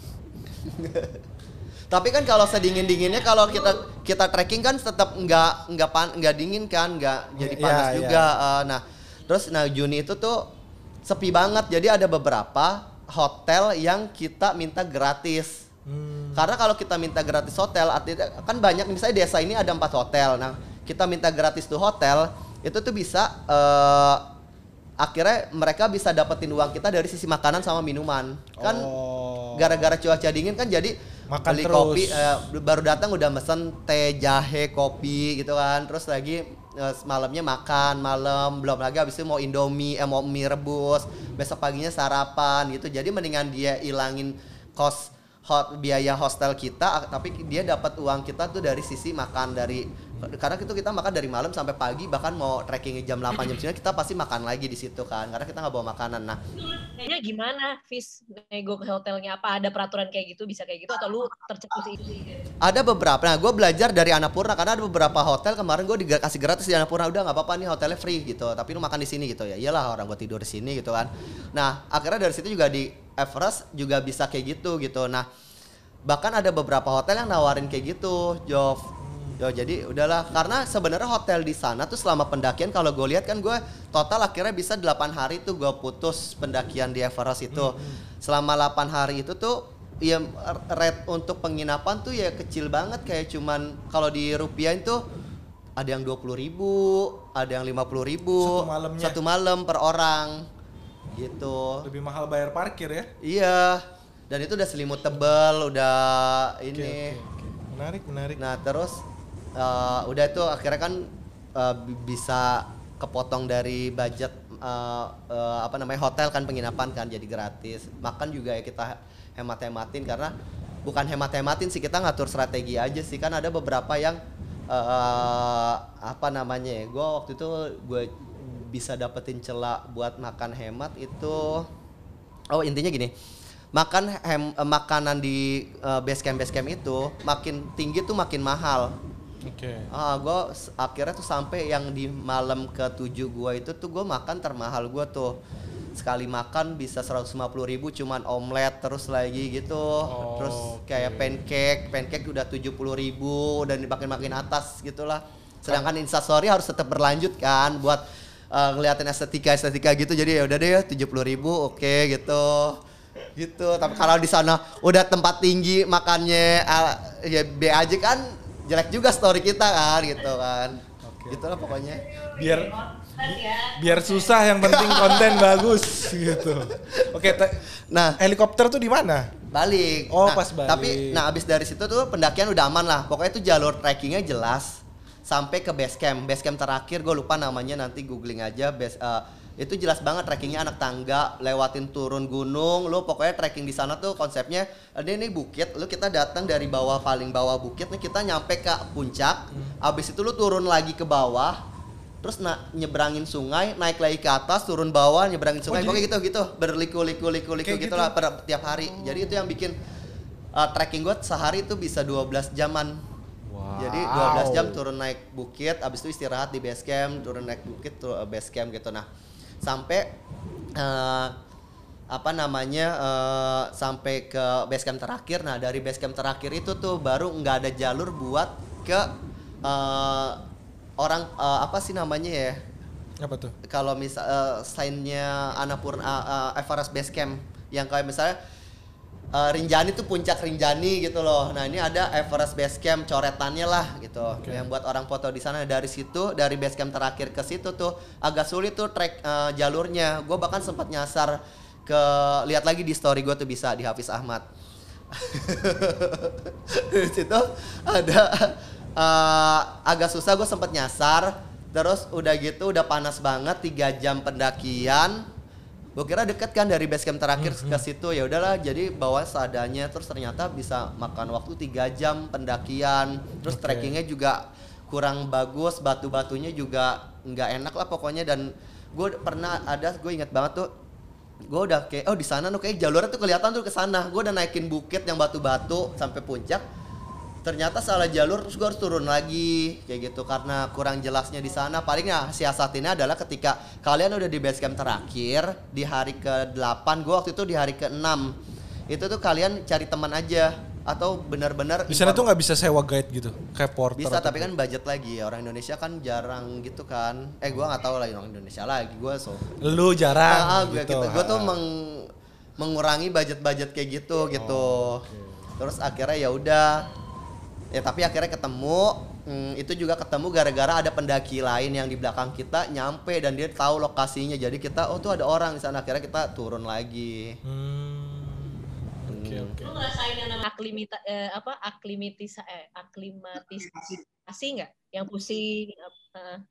Tapi kan kalau sedingin dinginnya kalau kita kita trekking kan tetap nggak nggak pan nggak dingin kan, nggak jadi panas ya, juga. ya. Uh, nah terus nah Juni itu tuh sepi banget, jadi ada beberapa hotel yang kita minta gratis. Hmm. Karena kalau kita minta gratis hotel, artinya kan banyak, misalnya desa ini ada empat hotel. Nah kita minta gratis tuh hotel, itu tuh bisa uh, akhirnya mereka bisa dapetin uang kita dari sisi makanan sama minuman. Kan oh. gara-gara cuaca dingin kan jadi makan beli terus. kopi uh, baru datang udah mesen teh, jahe, kopi gitu kan. Terus lagi uh, malamnya makan malam, belum lagi habis itu mau Indomie, eh, mau mie rebus, besok paginya sarapan gitu. Jadi mendingan dia ilangin kos hot, biaya hostel kita, tapi dia dapat uang kita tuh dari sisi makan, dari karena itu kita makan dari malam sampai pagi, bahkan mau trekking jam delapan jam sembilan kita pasti makan lagi di situ kan, karena kita nggak bawa makanan. Nah kayaknya gimana Fis nego ke hotelnya, apa ada peraturan kayak gitu, bisa kayak gitu atau lu tercetus itu? Ada beberapa. Nah gue belajar dari Annapurna, karena ada beberapa hotel kemarin gue dikasih gratis di Annapurna, udah nggak apa-apa nih hotelnya free gitu, tapi lu makan di sini gitu. Ya iyalah, orang gue tidur di sini gitu kan. Nah akhirnya dari situ juga di Everest juga bisa kayak gitu gitu. Nah bahkan ada beberapa hotel yang nawarin kayak gitu, Jov. Yo, jadi udahlah, karena sebenarnya hotel di sana tuh selama pendakian kalau gue lihat kan gue total akhirnya bisa delapan hari tuh gue putus pendakian di Everest itu. Mm-hmm. Selama delapan hari itu tuh ya rate untuk penginapan tuh ya kecil banget, kayak cuman kalau di rupiah itu ada yang dua puluh ribu, ada yang lima puluh ribu satu malamnya. Satu malam per orang gitu. Lebih mahal bayar parkir ya? Iya. Dan itu udah selimut tebal, udah ini. Okay, okay, okay. Menarik, menarik. Nah, terus Uh, udah itu akhirnya kan uh, bisa kepotong dari budget uh, uh, apa namanya hotel kan, penginapan kan jadi gratis. Makan juga ya kita hemat-hematin, karena bukan hemat-hematin sih, kita ngatur strategi aja sih. Kan ada beberapa yang uh, apa namanya ya, gue waktu itu gue bisa dapetin celah buat makan hemat itu. Oh intinya gini, makan hem, uh, makanan di uh, base camp base camp itu makin tinggi tuh makin mahal. Oke. Okay. Ah, gue akhirnya tuh sampai yang di malam ketujuh gue itu tuh gue makan termahal gue tuh, sekali makan bisa seratus lima puluh ribu cuman omelet terus lagi gitu. Oh, terus kayak okay. pancake, pancake udah tujuh puluh ribu dan makin-makin atas gitulah. Sedangkan Instastory harus tetap berlanjut kan buat uh, ngeliatin estetika estetika gitu. Jadi ya udah deh tujuh puluh ribu oke okay, gitu. Gitu. Tapi kalau di sana udah tempat tinggi makannya uh, ya B aja kan jelek juga story kita kan gitu kan. Okay. Gitulah pokoknya. Biar biar susah, yang penting konten bagus gitu. Oke, okay, nah helikopter tuh di mana? Balik. Oh, nah, pas balik. Tapi nah abis dari situ tuh pendakian udah aman lah. Pokoknya itu jalur trekkingnya jelas sampai ke base camp. Base camp terakhir gue lupa namanya, nanti googling aja. Base uh, itu jelas banget trekkingnya anak tangga, lewatin turun gunung. Lu pokoknya trekking di sana tuh konsepnya ini nih bukit. Lu kita datang dari bawah, paling bawah bukit nih, kita nyampe ke puncak. Hmm. Abis itu lu turun lagi ke bawah. Terus na- nyebrangin sungai, naik lagi ke atas, turun bawah, nyebrangin sungai. Oh, pokoknya gitu-gitu, berliku-liku-liku-liku gitu lah per tiap hari. Oh. Jadi itu yang bikin uh, trekking gue sehari itu bisa dua belas jaman. Wow. Jadi dua belas jam turun naik bukit, abis itu istirahat di base camp, turun naik bukit, turun uh, base camp gitu. Nah, sampai uh, apa namanya uh, sampai ke base camp terakhir. Nah, dari base camp terakhir itu tuh baru nggak ada jalur buat ke uh, orang uh, apa sih namanya ya? Apa tuh? Kalau misal uh, sign-nya Annapurna uh, uh, Everest Base Camp yang kayak misalnya uh, Rinjani tuh puncak Rinjani gitu loh. Nah, ini ada Everest Base Camp coretannya lah gitu. Okay. Yang buat orang foto di sana. Dari situ, dari base camp terakhir ke situ tuh agak sulit tuh trek uh, jalurnya. Gue bahkan sempat nyasar ke, lihat lagi di story gue tuh bisa di Hafiz Ahmad. Di situ ada Uh, agak susah, gue sempet nyasar. Terus udah gitu udah panas banget, tiga jam pendakian. Gue kira deket kan dari base camp terakhir mm-hmm. ke situ, ya udahlah jadi bawa seadanya. Terus ternyata bisa makan waktu tiga jam pendakian. Terus okay. trekkingnya juga kurang bagus, batu-batunya juga nggak enak lah pokoknya. Dan gue pernah ada, gue inget banget tuh, gue udah kayak oh di sana tuh kayak jalurnya tuh kelihatan tuh ke sana. Gue udah naikin bukit yang batu-batu sampai puncak. ternyata salah jalur terus gue harus turun lagi kayak gitu karena kurang jelasnya di sana. Paling ya siasatinnya adalah ketika kalian udah di base camp terakhir di hari ke delapan, gue waktu itu di hari ke enam. Itu tuh kalian cari teman aja atau benar-benar di sana tuh nggak bisa sewa guide gitu kayak porter. Bisa tapi kan budget lagi. Orang Indonesia kan jarang gitu kan. Eh gue nggak tahu lah orang Indonesia lagi. Gue so lu jarang ah, gue gitu. gitu. Gue tuh meng, mengurangi budget-budget kayak gitu gitu. Oh, okay. Terus akhirnya ya udah. Ya tapi akhirnya ketemu, hmm, itu juga ketemu gara-gara ada pendaki lain yang di belakang kita nyampe dan dia tahu lokasinya. Jadi kita, oh tuh ada orang di sana. Akhirnya kita turun lagi. Hmm. Oke okay, oke. Okay. Lu ngerasain yang namanya aklimita eh, apa aklimatisa eh aklimatisasi nggak? Yang pusing? Uh.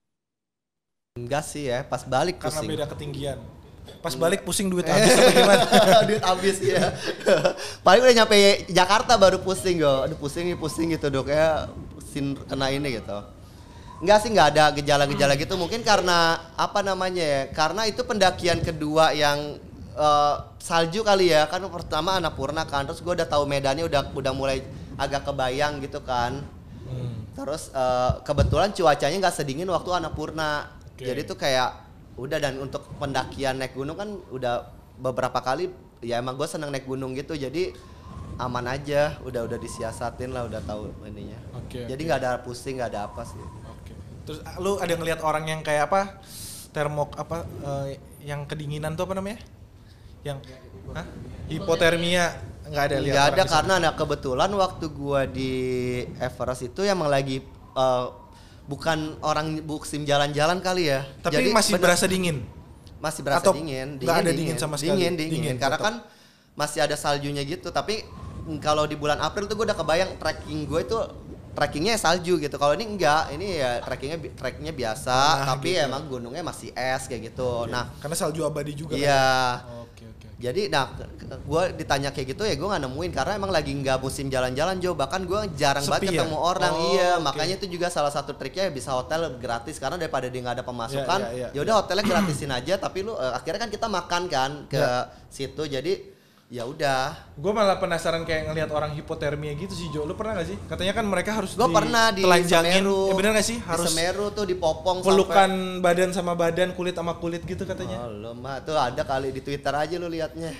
Enggak sih ya, pas balik karena pusing. Karena beda ketinggian. Pas balik pusing duit habis apa gimana? Duit habis ya. Paling udah nyampe Jakarta baru pusing go. Aduh pusing nih pusing gitu dok ya. Sin kena ini gitu. Enggak sih, enggak ada gejala-gejala gitu. Mungkin karena apa namanya ya? Karena itu pendakian kedua yang uh, salju kali ya. Kan pertama Annapurna kan. Terus gue udah tahu medannya udah udah mulai agak kebayang gitu kan. Hmm. Terus uh, kebetulan cuacanya nggak sedingin waktu Annapurna. Okay. Jadi tuh kayak udah, dan untuk pendakian naik gunung kan udah beberapa kali ya emang gue seneng naik gunung gitu, jadi aman aja, udah udah disiasatin lah, udah tahu ininya. Okay, jadi okay. Nggak ada pusing, nggak ada apa sih. Okay. Terus lu ada ngelihat orang yang kayak apa termok apa uh, yang kedinginan tuh apa namanya? Yang hah? Hipotermia nggak ada lihat? Nggak ada karena ada kebetulan waktu gue di Everest itu emang lagi uh, bukan orang buksim jalan-jalan kali ya. Tapi jadi masih bener, berasa dingin? Masih berasa atau dingin. Nggak ada dingin sama sekali? Dingin, dingin. dingin. Karena tetap. Kan masih ada saljunya gitu. Tapi kalau di bulan April tuh gue udah kebayang trekking gue itu trekkingnya salju gitu. Kalau ini enggak, ini ya trekkingnya trekkingnya biasa. Nah, tapi gitu. Emang gunungnya masih es kayak gitu. Okay. Nah, karena salju abadi juga. Iya. Kan? Oke oke. Jadi nah gue ditanya kayak gitu ya gue nggak nemuin karena emang lagi nggak musim jalan-jalan Jo, bahkan gue jarang Sepi banget ketemu ya? orang. Oh, iya okay. Makanya itu juga salah satu triknya bisa hotel gratis karena daripada dia nggak ada pemasukan yeah, yeah, yeah. ya udah hotelnya gratisin aja, tapi lu uh, akhirnya kan kita makan kan ke yeah. situ, jadi ya udah. Gue malah penasaran kayak ngelihat orang hipotermia gitu sih Jo. Lu pernah gak sih? Katanya kan mereka harus Gue pernah di Semeru. Ya bener gak sih? Harus di Semeru tuh dipopong pelukan sampai badan sama badan, kulit sama kulit gitu katanya. Oh lu mah tuh ada kali di Twitter aja lu liatnya.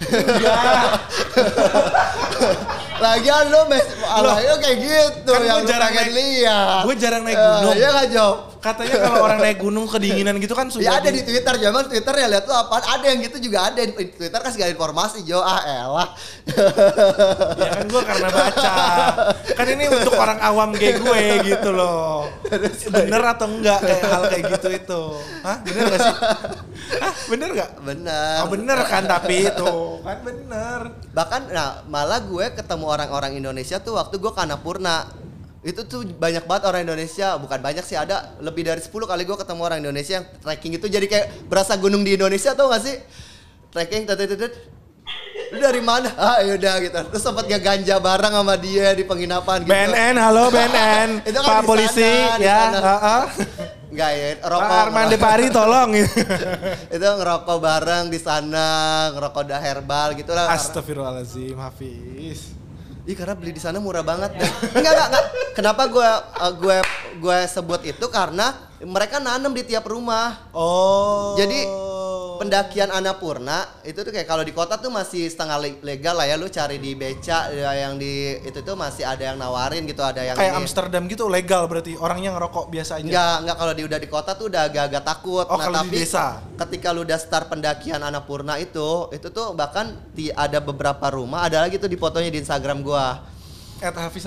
Lagian lu mes alahnya kayak gitu kan yang lu jarang pengen lihat. Gue jarang naik gunung. Uh, iya gak Jo? Katanya kalau orang naik gunung kedinginan gitu kan sudah. Ya ada di Twitter, zaman Twitter ya lihat tuh apaan, ada yang gitu juga ada di Twitter kan segala informasi Jo. Ah elah. Ya kan gue karena baca. Kan ini untuk orang awam kayak gue gitu loh. Bener atau enggak kayak hal kayak gitu itu? Hah? Bener gak sih? Hah? Bener gak? Bener. Oh bener kan, tapi itu kan bener. Bahkan nah malah gue ketemu orang-orang Indonesia tuh waktu gue ke Annapurna. Itu tuh banyak banget orang Indonesia, bukan banyak sih, ada lebih dari sepuluh kali gue ketemu orang Indonesia yang trekking itu jadi kayak berasa gunung di Indonesia, tau gak sih? Trekking, tetetetet. Lu dari mana? Ah yaudah gitu. Terus sempat gak ganja bareng sama dia di penginapan gitu. B N N, halo B N N. Itu kan Pak polisi sana, ya. Uh-uh. Enggak ya, rokok. Pak Arman Depari tolong. Itu ngerokok bareng di sana, ngerokok dah herbal gitu lah. Astagfirullahaladzim, Hafiz. Ih karena beli di sana murah banget. enggak, enggak, enggak. Kenapa gue uh, gue gue sebut itu karena mereka nanam di tiap rumah. Oh. Jadi pendakian Annapurna itu tuh kayak kalau di kota tuh masih setengah legal lah ya, lu cari di beca ya, yang di itu tuh masih ada yang nawarin gitu, ada yang kayak ini. Amsterdam gitu legal berarti orangnya ngerokok biasa aja. Enggak, enggak, kalau di udah di kota tuh udah agak-agak takut. Oh, nah, kalau tapi di desa. Ketika lu udah start pendakian Annapurna itu, itu tuh bahkan di ada beberapa rumah, ada lagi tuh di fotonya di Instagram gua. Et Hafiz.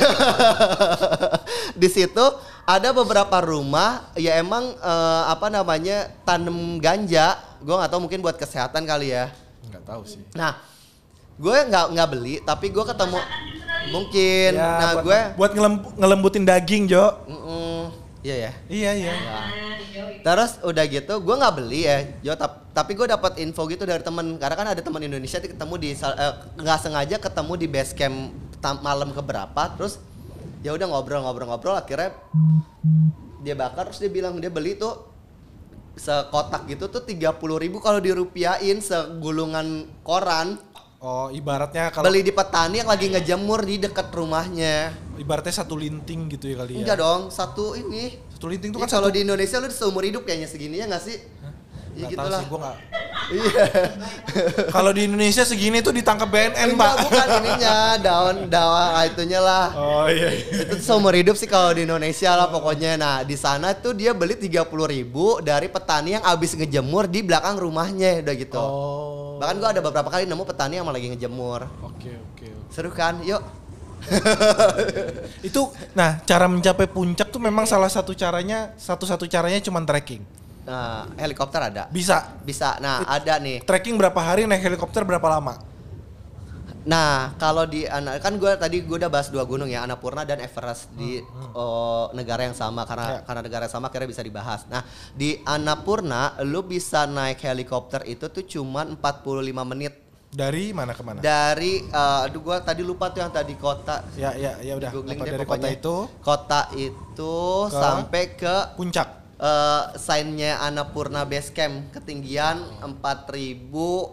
Di situ ada beberapa rumah ya emang uh, apa namanya tanam ganja. Gue nggak tahu, mungkin buat kesehatan kali ya. Nggak tahu sih. Nah, gue nggak nggak beli, tapi gue ketemu mungkin. Ya, nah buat, gue buat ngelem- ngelembutin daging Jo. Iya ya. Iya iya. Ya. Terus udah gitu, gue nggak beli ya, Jo. Tapi gue dapat info gitu dari temen, karena kan ada teman Indonesia ketemu di nggak eh, sengaja ketemu di base camp malam keberapa, terus ya udah ngobrol-ngobrol-ngobrol, akhirnya dia bakar, terus dia bilang dia beli tuh sekotak gitu tuh tiga puluh ribu kalau dirupiahin segulungan koran. Oh, ibaratnya kalau beli di petani yang lagi ngejemur di dekat rumahnya. Ibaratnya satu linting gitu ya kali ya. Enggak dong, satu ini. Satu linting tuh Ya, kan kalau satu... di Indonesia lu seumur hidup kayaknya segini ya nggak sih? Iya Nggak gitu tahu lah. sih, gua nggak. Iya. Kalau di Indonesia segini tuh ditangkap B N N, Pak. Enggak, bukan ininya, daun daun itunya lah. Oh iya. iya. Itu seumur hidup sih kalau di Indonesia lah pokoknya. Nah, di sana tuh dia beli tiga puluh ribu dari petani yang abis ngejemur di belakang rumahnya udah gitu. Oh. Bahkan gua ada beberapa kali nemu petani yang malah lagi ngejemur. Oke, oke. oke. Seru kan? Yuk. Itu nah, cara mencapai puncak tuh memang salah satu caranya, satu-satu caranya cuman trekking. Nah, helikopter ada. Bisa. Bisa. Nah, It- ada nih. Trekking berapa hari, naik helikopter berapa lama? Nah, kalau di Ana- kan gue tadi gue udah bahas dua gunung ya, Annapurna dan Everest di oh, negara yang sama karena Ya. karena negara yang sama akhirnya bisa dibahas. Nah, di Annapurna lu bisa naik helikopter itu tuh cuman empat puluh lima menit Dari mana ke mana? dari uh, aduh gue tadi lupa tuh yang tadi kota. Ya, ya, ya udah. Googling Apa deh dari pokoknya. kota itu Kota itu Ke? sampai ke puncak. uh, sign-nya Annapurna Base Camp ketinggian empat ribu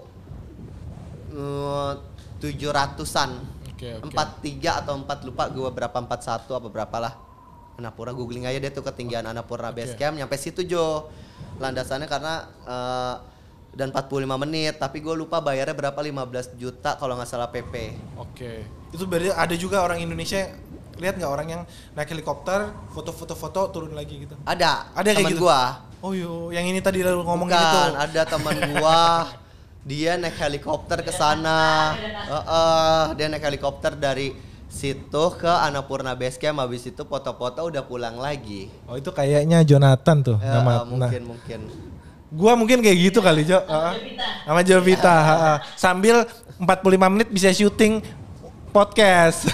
tujuh ratusan. Oke, oke. empat tiga atau empat lupa gue berapa empat satu apa berapa lah. Annapurna googling aja deh tuh ketinggian Annapurna Oke. Base Camp nyampe situ Jo. Landasannya karena uh, dan empat puluh lima menit tapi gue lupa bayarnya berapa lima belas juta kalau nggak salah P P. Oke. Itu berarti ada juga orang Indonesia, lihat nggak orang yang naik helikopter, foto-foto-foto turun lagi gitu. Ada. Ada kayak temen gitu? gua. Oh yo, yang ini tadi lalu ngomongin Bukan, itu. ada teman gua dia naik helikopter ke sana. Heeh, dia naik helikopter dari situ ke Annapurna Base Camp, habis itu foto-foto udah pulang lagi. Oh itu kayaknya Jonathan tuh Ya, nama. mungkin Nah, mungkin. gua mungkin kayak gitu kali Jo. Heeh. Sama Jovita. heeh. Sambil empat puluh lima menit bisa syuting podcast.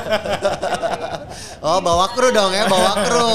Oh, bawa kru dong ya, bawa kru.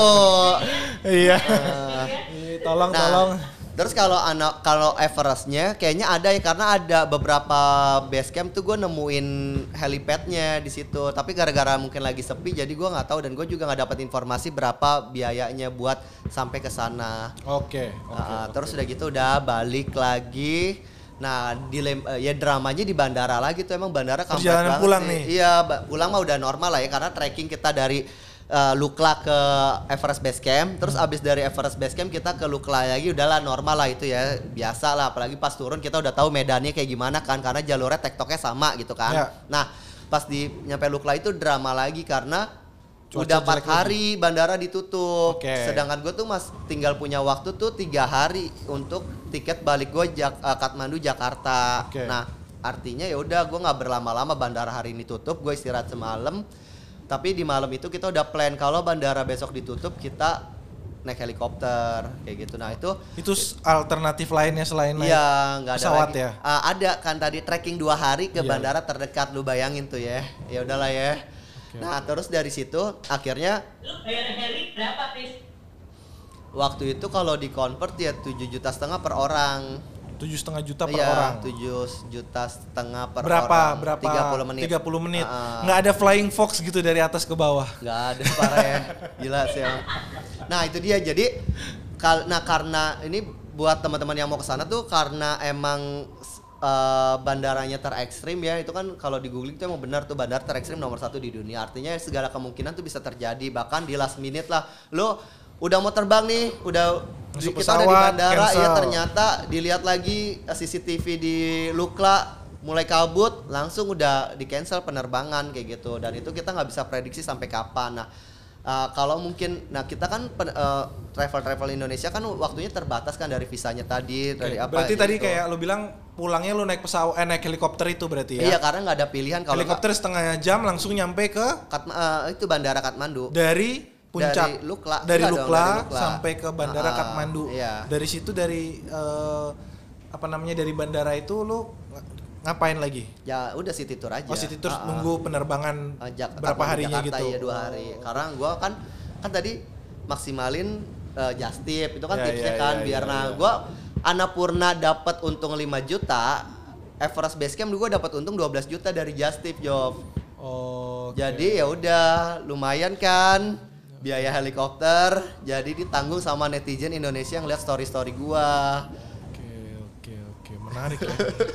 Iya. Eh, Ih, Tolong, Nah, tolong. terus kalau anak kalau Everestnya kayaknya ada ya karena ada beberapa base camp tuh gue nemuin helipadnya di situ. Tapi gara-gara mungkin lagi sepi jadi gue nggak tahu dan gue juga nggak dapat informasi berapa biayanya buat sampai ke sana. Oke, oke. Nah, terus udah gitu udah balik lagi. Nah, dilem, eh, ya dramanya di bandara lagi tuh emang bandara kampret Perjalanan banget pulang sih. nih. Iya, ba- pulang mah udah normal lah ya karena trekking kita dari eh, Lukla ke Everest Base Camp, terus Hmm. abis dari Everest Base Camp kita ke Lukla lagi udahlah normal lah itu ya, biasa lah apalagi pas turun kita udah tahu medannya kayak gimana kan karena jalurnya tektoknya sama gitu kan. Ya. Nah, pas di nyampe Lukla itu drama lagi karena Cuaca udah empat jelek hari bandara ditutup. Oke. Sedangkan gue tuh mas tinggal punya waktu tuh tiga hari untuk tiket balik gue Jak- eh, Kathmandu Jakarta. Oke. Nah artinya ya udah gue nggak berlama-lama bandara hari ini tutup, gue istirahat semalam. Tapi di malam itu kita udah plan kalau bandara besok ditutup kita naik helikopter kayak gitu. Nah itu Itu s- alternatif lainnya selain naik iya nggak ada pesawat lagi. ya? Ah, ada kan tadi trekking dua hari ke Iya. bandara terdekat lu bayangin tuh ya. Ya udahlah ya. Oke. Nah terus dari situ akhirnya Lu bayar heli berapa, Chris? waktu itu kalau di convert ya tujuh juta setengah per orang. Tujuh setengah juta per Iya, orang. tujuh juta setengah per Berapa? orang. Berapa? tiga puluh menit. tiga puluh menit. Ah, ah. Nggak ada flying fox gitu dari atas ke bawah. Nggak ada parah ya. Gila sih emang. Nah itu dia jadi kal nah karena ini buat teman-teman yang mau ke sana tuh karena emang eh, bandaranya terekstrim ya itu kan kalau di googling tuh emang benar tuh bandara terekstrim nomor satu di dunia, artinya segala kemungkinan tuh bisa terjadi bahkan di last minute lah lo udah mau terbang nih udah Masuk kita udah di pesawat, bandara cancel. ya ternyata dilihat lagi C C T V di Lukla mulai kabut langsung udah di cancel penerbangan kayak gitu dan itu kita nggak bisa prediksi sampai kapan. Nah uh, kalau mungkin nah kita kan pen- uh, travel-travel Indonesia kan waktunya terbatas kan dari visanya tadi dari Oke, apa berarti tadi gitu. kayak lu bilang pulangnya lu naik pesawat eh naik helikopter itu berarti ya? Iya karena nggak ada pilihan kalau Helikopter setengah jam langsung nyampe ke nggak- Katma- uh, itu bandara Kathmandu. dari puncak Dari Lukla. dari Enggak dong, Lukla, dari Lukla. sampai ke bandara Ah, Kathmandu. iya. Dari situ dari eh, apa namanya dari bandara itu lu ng- ngapain lagi? Ya udah city tour aja. Oh city tour Ah, ah. nunggu penerbangan Uh, Jak- berapa Kathmandu, harinya Jakarta, gitu? Iya dua hari. Karena gua kan kan tadi maksimalin uh, just tip itu kan Ya, tipsnya ya, kan ya, biar ya, nah ya. gua Annapurna dapat untung lima juta, Everest Base Camp gua dapat untung dua belas juta dari just tip Job. Oh. oke. Jadi ya udah lumayan kan biaya helikopter jadi ditanggung sama netizen Indonesia yang lihat story-story gua. Oke oke oke menarik ya.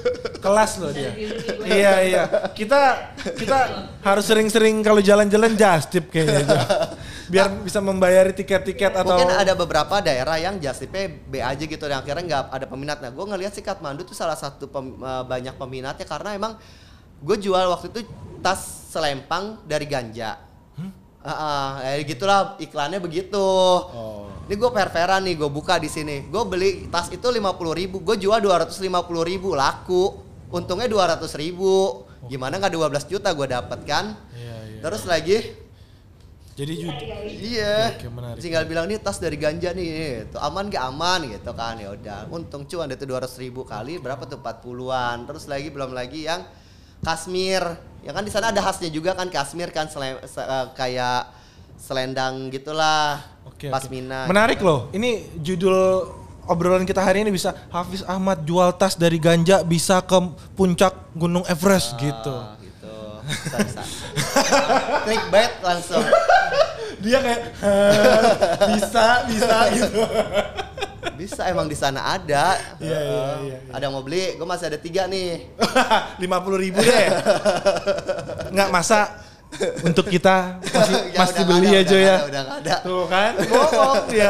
Kelas loh dia. Iya iya. Kita kita harus sering-sering kalau jalan-jalan just tip kayaknya. Jo. Biar bisa membayari tiket-tiket atau mungkin ada beberapa daerah yang just tipnya B aja gitu yang akhirnya nggak ada peminatnya. Gue ngelihat sih Kathmandu tuh salah satu pem, banyak peminatnya karena emang gue jual waktu itu tas selempang dari ganja. Hmm? Uh, uh, ya gitulah iklannya begitu. Oh. Ini gue fair-fairan nih, gue buka di sini. Gue beli tas itu lima puluh ribu, gue jual dua ratus lima puluh ribu, laku. Untungnya dua ratus ribu. Gimana nggak dua belas juta gue dapet kan? Iya, iya. Terus lagi jadi judi. Iya. Tinggal bilang nih tas dari ganja nih, tuh aman gak aman gitu kan. Ya udah, untung cuan itu dua ratus ribu kali berapa tuh empat puluhan. Terus lagi belum lagi yang Kashmir. Ya kan di sana ada khasnya juga kan Kashmir kan sele, se, uh, kayak selendang gitulah. Oke. Pasmina. Oke. Menarik gitu. Loh. Ini judul obrolan kita hari ini bisa Hafiz Ahmad jual tas dari ganja bisa ke puncak Gunung Everest uh, gitu. Gitu. Bisa bisa. Clickbait langsung. Dia kayak bisa bisa gitu. Bisa emang di sana ada. Iya iya iya. Ada yang mau beli, gue masih ada tiga nih. lima puluh ribu deh. Nggak masa untuk kita masih ya, masih beli aja ya. Ada, udah nggak ada. Tuh kan, bohong dia.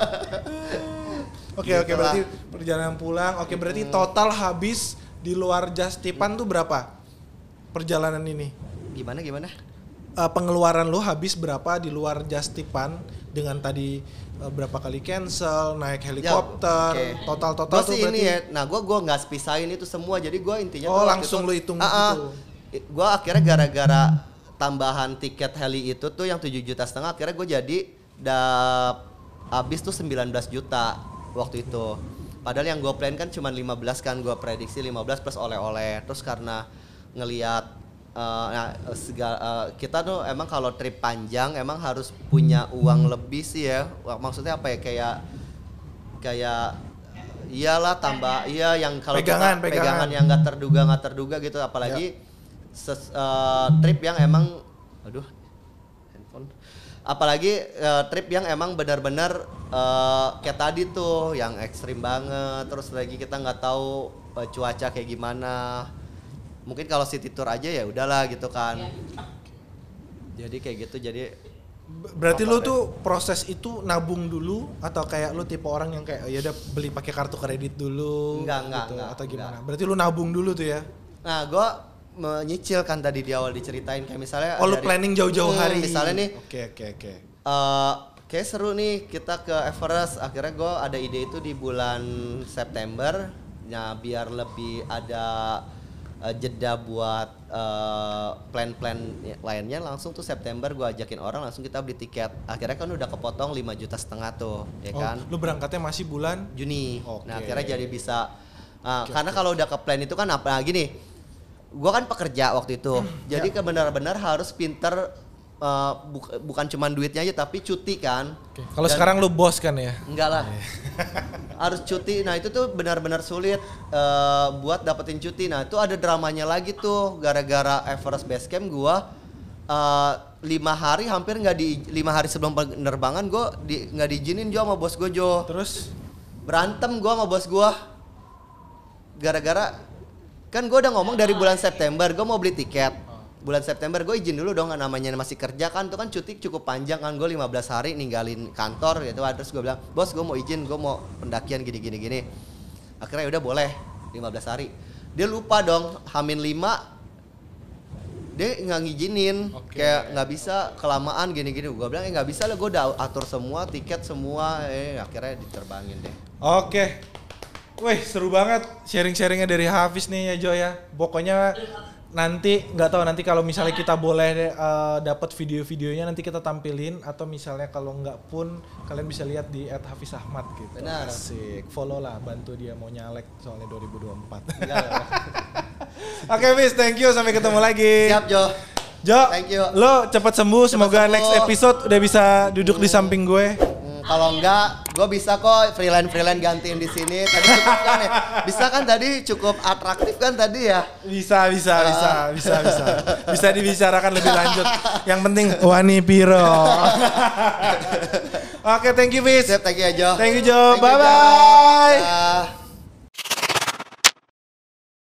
Oke oke berarti perjalanan pulang. Oke berarti total habis di luar just tipan tuh berapa perjalanan ini? Gimana gimana? Uh, pengeluaran lo habis berapa di luar just tipan dengan tadi uh, berapa kali cancel, naik helikopter, ya, okay. total total gua tuh sih berarti. Ini ya, nah gue gue nggak pisahin itu semua, jadi gue intinya. Oh langsung lo hitung uh, uh, gitu. Gue akhirnya gara-gara tambahan tiket heli itu tuh yang tujuh juta setengah, akhirnya gue jadi dap habis tuh sembilan belas juta waktu itu. Padahal yang gue plan kan cuma lima belas kan, gue prediksi lima belas plus oleh-oleh. Terus karena ngelihat Uh, nah, segala, uh, kita tuh emang kalau trip panjang emang harus punya uang lebih sih ya. Maksudnya apa ya, kayak kayak iyalah tambah iya yang kalau pegangan, kita, pegangan pegangan yang nggak terduga nggak terduga gitu, apalagi ya. ses, uh, trip yang emang aduh handphone apalagi uh, trip yang emang benar-benar uh, kayak tadi tuh yang ekstrim banget. Terus lagi kita nggak tahu uh, cuaca kayak gimana. Mungkin kalau city tour aja ya udahlah gitu kan. Ya. Jadi kayak gitu, jadi berarti lu tuh proses itu nabung dulu atau kayak lu tipe orang yang kayak ya udah beli pakai kartu kredit dulu enggak, enggak, gitu enggak, atau gimana? Enggak. Berarti lu nabung dulu tuh ya. Nah, gua menyicil kan tadi di awal diceritain kayak misalnya oh, lu planning jauh-jauh hmm, hari. Misalnya nih. Oke, oke, oke. Eh, kayak seru nih kita ke Everest. Akhirnya gua ada ide itu di bulan September. Nah, biar lebih ada Uh, jeda buat uh, plan-plan lainnya, langsung tuh September gue ajakin orang langsung kita beli tiket. Akhirnya kan udah kepotong lima juta setengah tuh, ya kan? Oh, lu berangkatnya masih bulan Juni. Okay. Nah akhirnya jadi bisa. Uh, okay, karena okay. kalau udah ke plan itu kan apalagi nih, gue kan pekerja waktu itu, jadi ya. Benar-benar harus pinter. Uh, bu- bukan cuma duitnya aja tapi cuti kan. Okay. Kalau sekarang lu bos kan ya? Enggak lah. Harus cuti. Nah itu tuh benar-benar sulit uh, buat dapetin cuti. Nah itu ada dramanya lagi tuh gara-gara Everest Base Camp gua uh, lima hari hampir nggak di lima hari sebelum penerbangan gua di nggak diizinin Jo sama bos gua Jo. Terus berantem gua sama bos gua gara-gara kan gua udah ngomong dari bulan September gua mau beli tiket. Bulan September gue izin dulu dong, namanya masih kerja kan, tuh kan cuti cukup panjang kan, gue lima belas hari ninggalin kantor gitu. Terus gue bilang, bos gue mau izin, gue mau pendakian gini-gini gini. Akhirnya udah boleh lima belas hari. Dia lupa dong, Hamin lima dia nggak ngizinin, okay. Kayak nggak bisa kelamaan gini-gini. Gue bilang, eh nggak bisa lah, gue udah atur semua tiket semua, eh akhirnya diterbangin deh. Oke. Okay. Wih seru banget sharing-sharingnya dari Hafiz nih ya Jo ya. Pokoknya nanti nggak tahu nanti kalau misalnya kita boleh uh, dapat video-videonya nanti kita tampilin, atau misalnya kalau nggak pun kalian bisa lihat di et hafiz ahmad gitu. Benar. Asik, follow lah, bantu dia mau nyalek soalnya dua ribu dua puluh empat. Oke Miss, thank you, sampai ketemu lagi. Siap Jo. Jo, thank you. Lo cepat sembuh, cepet semoga sembuh. Next episode udah bisa duduk hmm. di samping gue. Kalau enggak, gue bisa kok freelance-freelance gantiin di sini. Tadi cukup kan ya? Bisa kan tadi cukup atraktif kan tadi ya? Bisa, bisa, uh. bisa, bisa, bisa. Bisa dibicarakan lebih lanjut. Yang penting Wani Piro. Oke, okay, thank you, Fis. Thank you, Jo. Thank you, Jo. Bye-bye.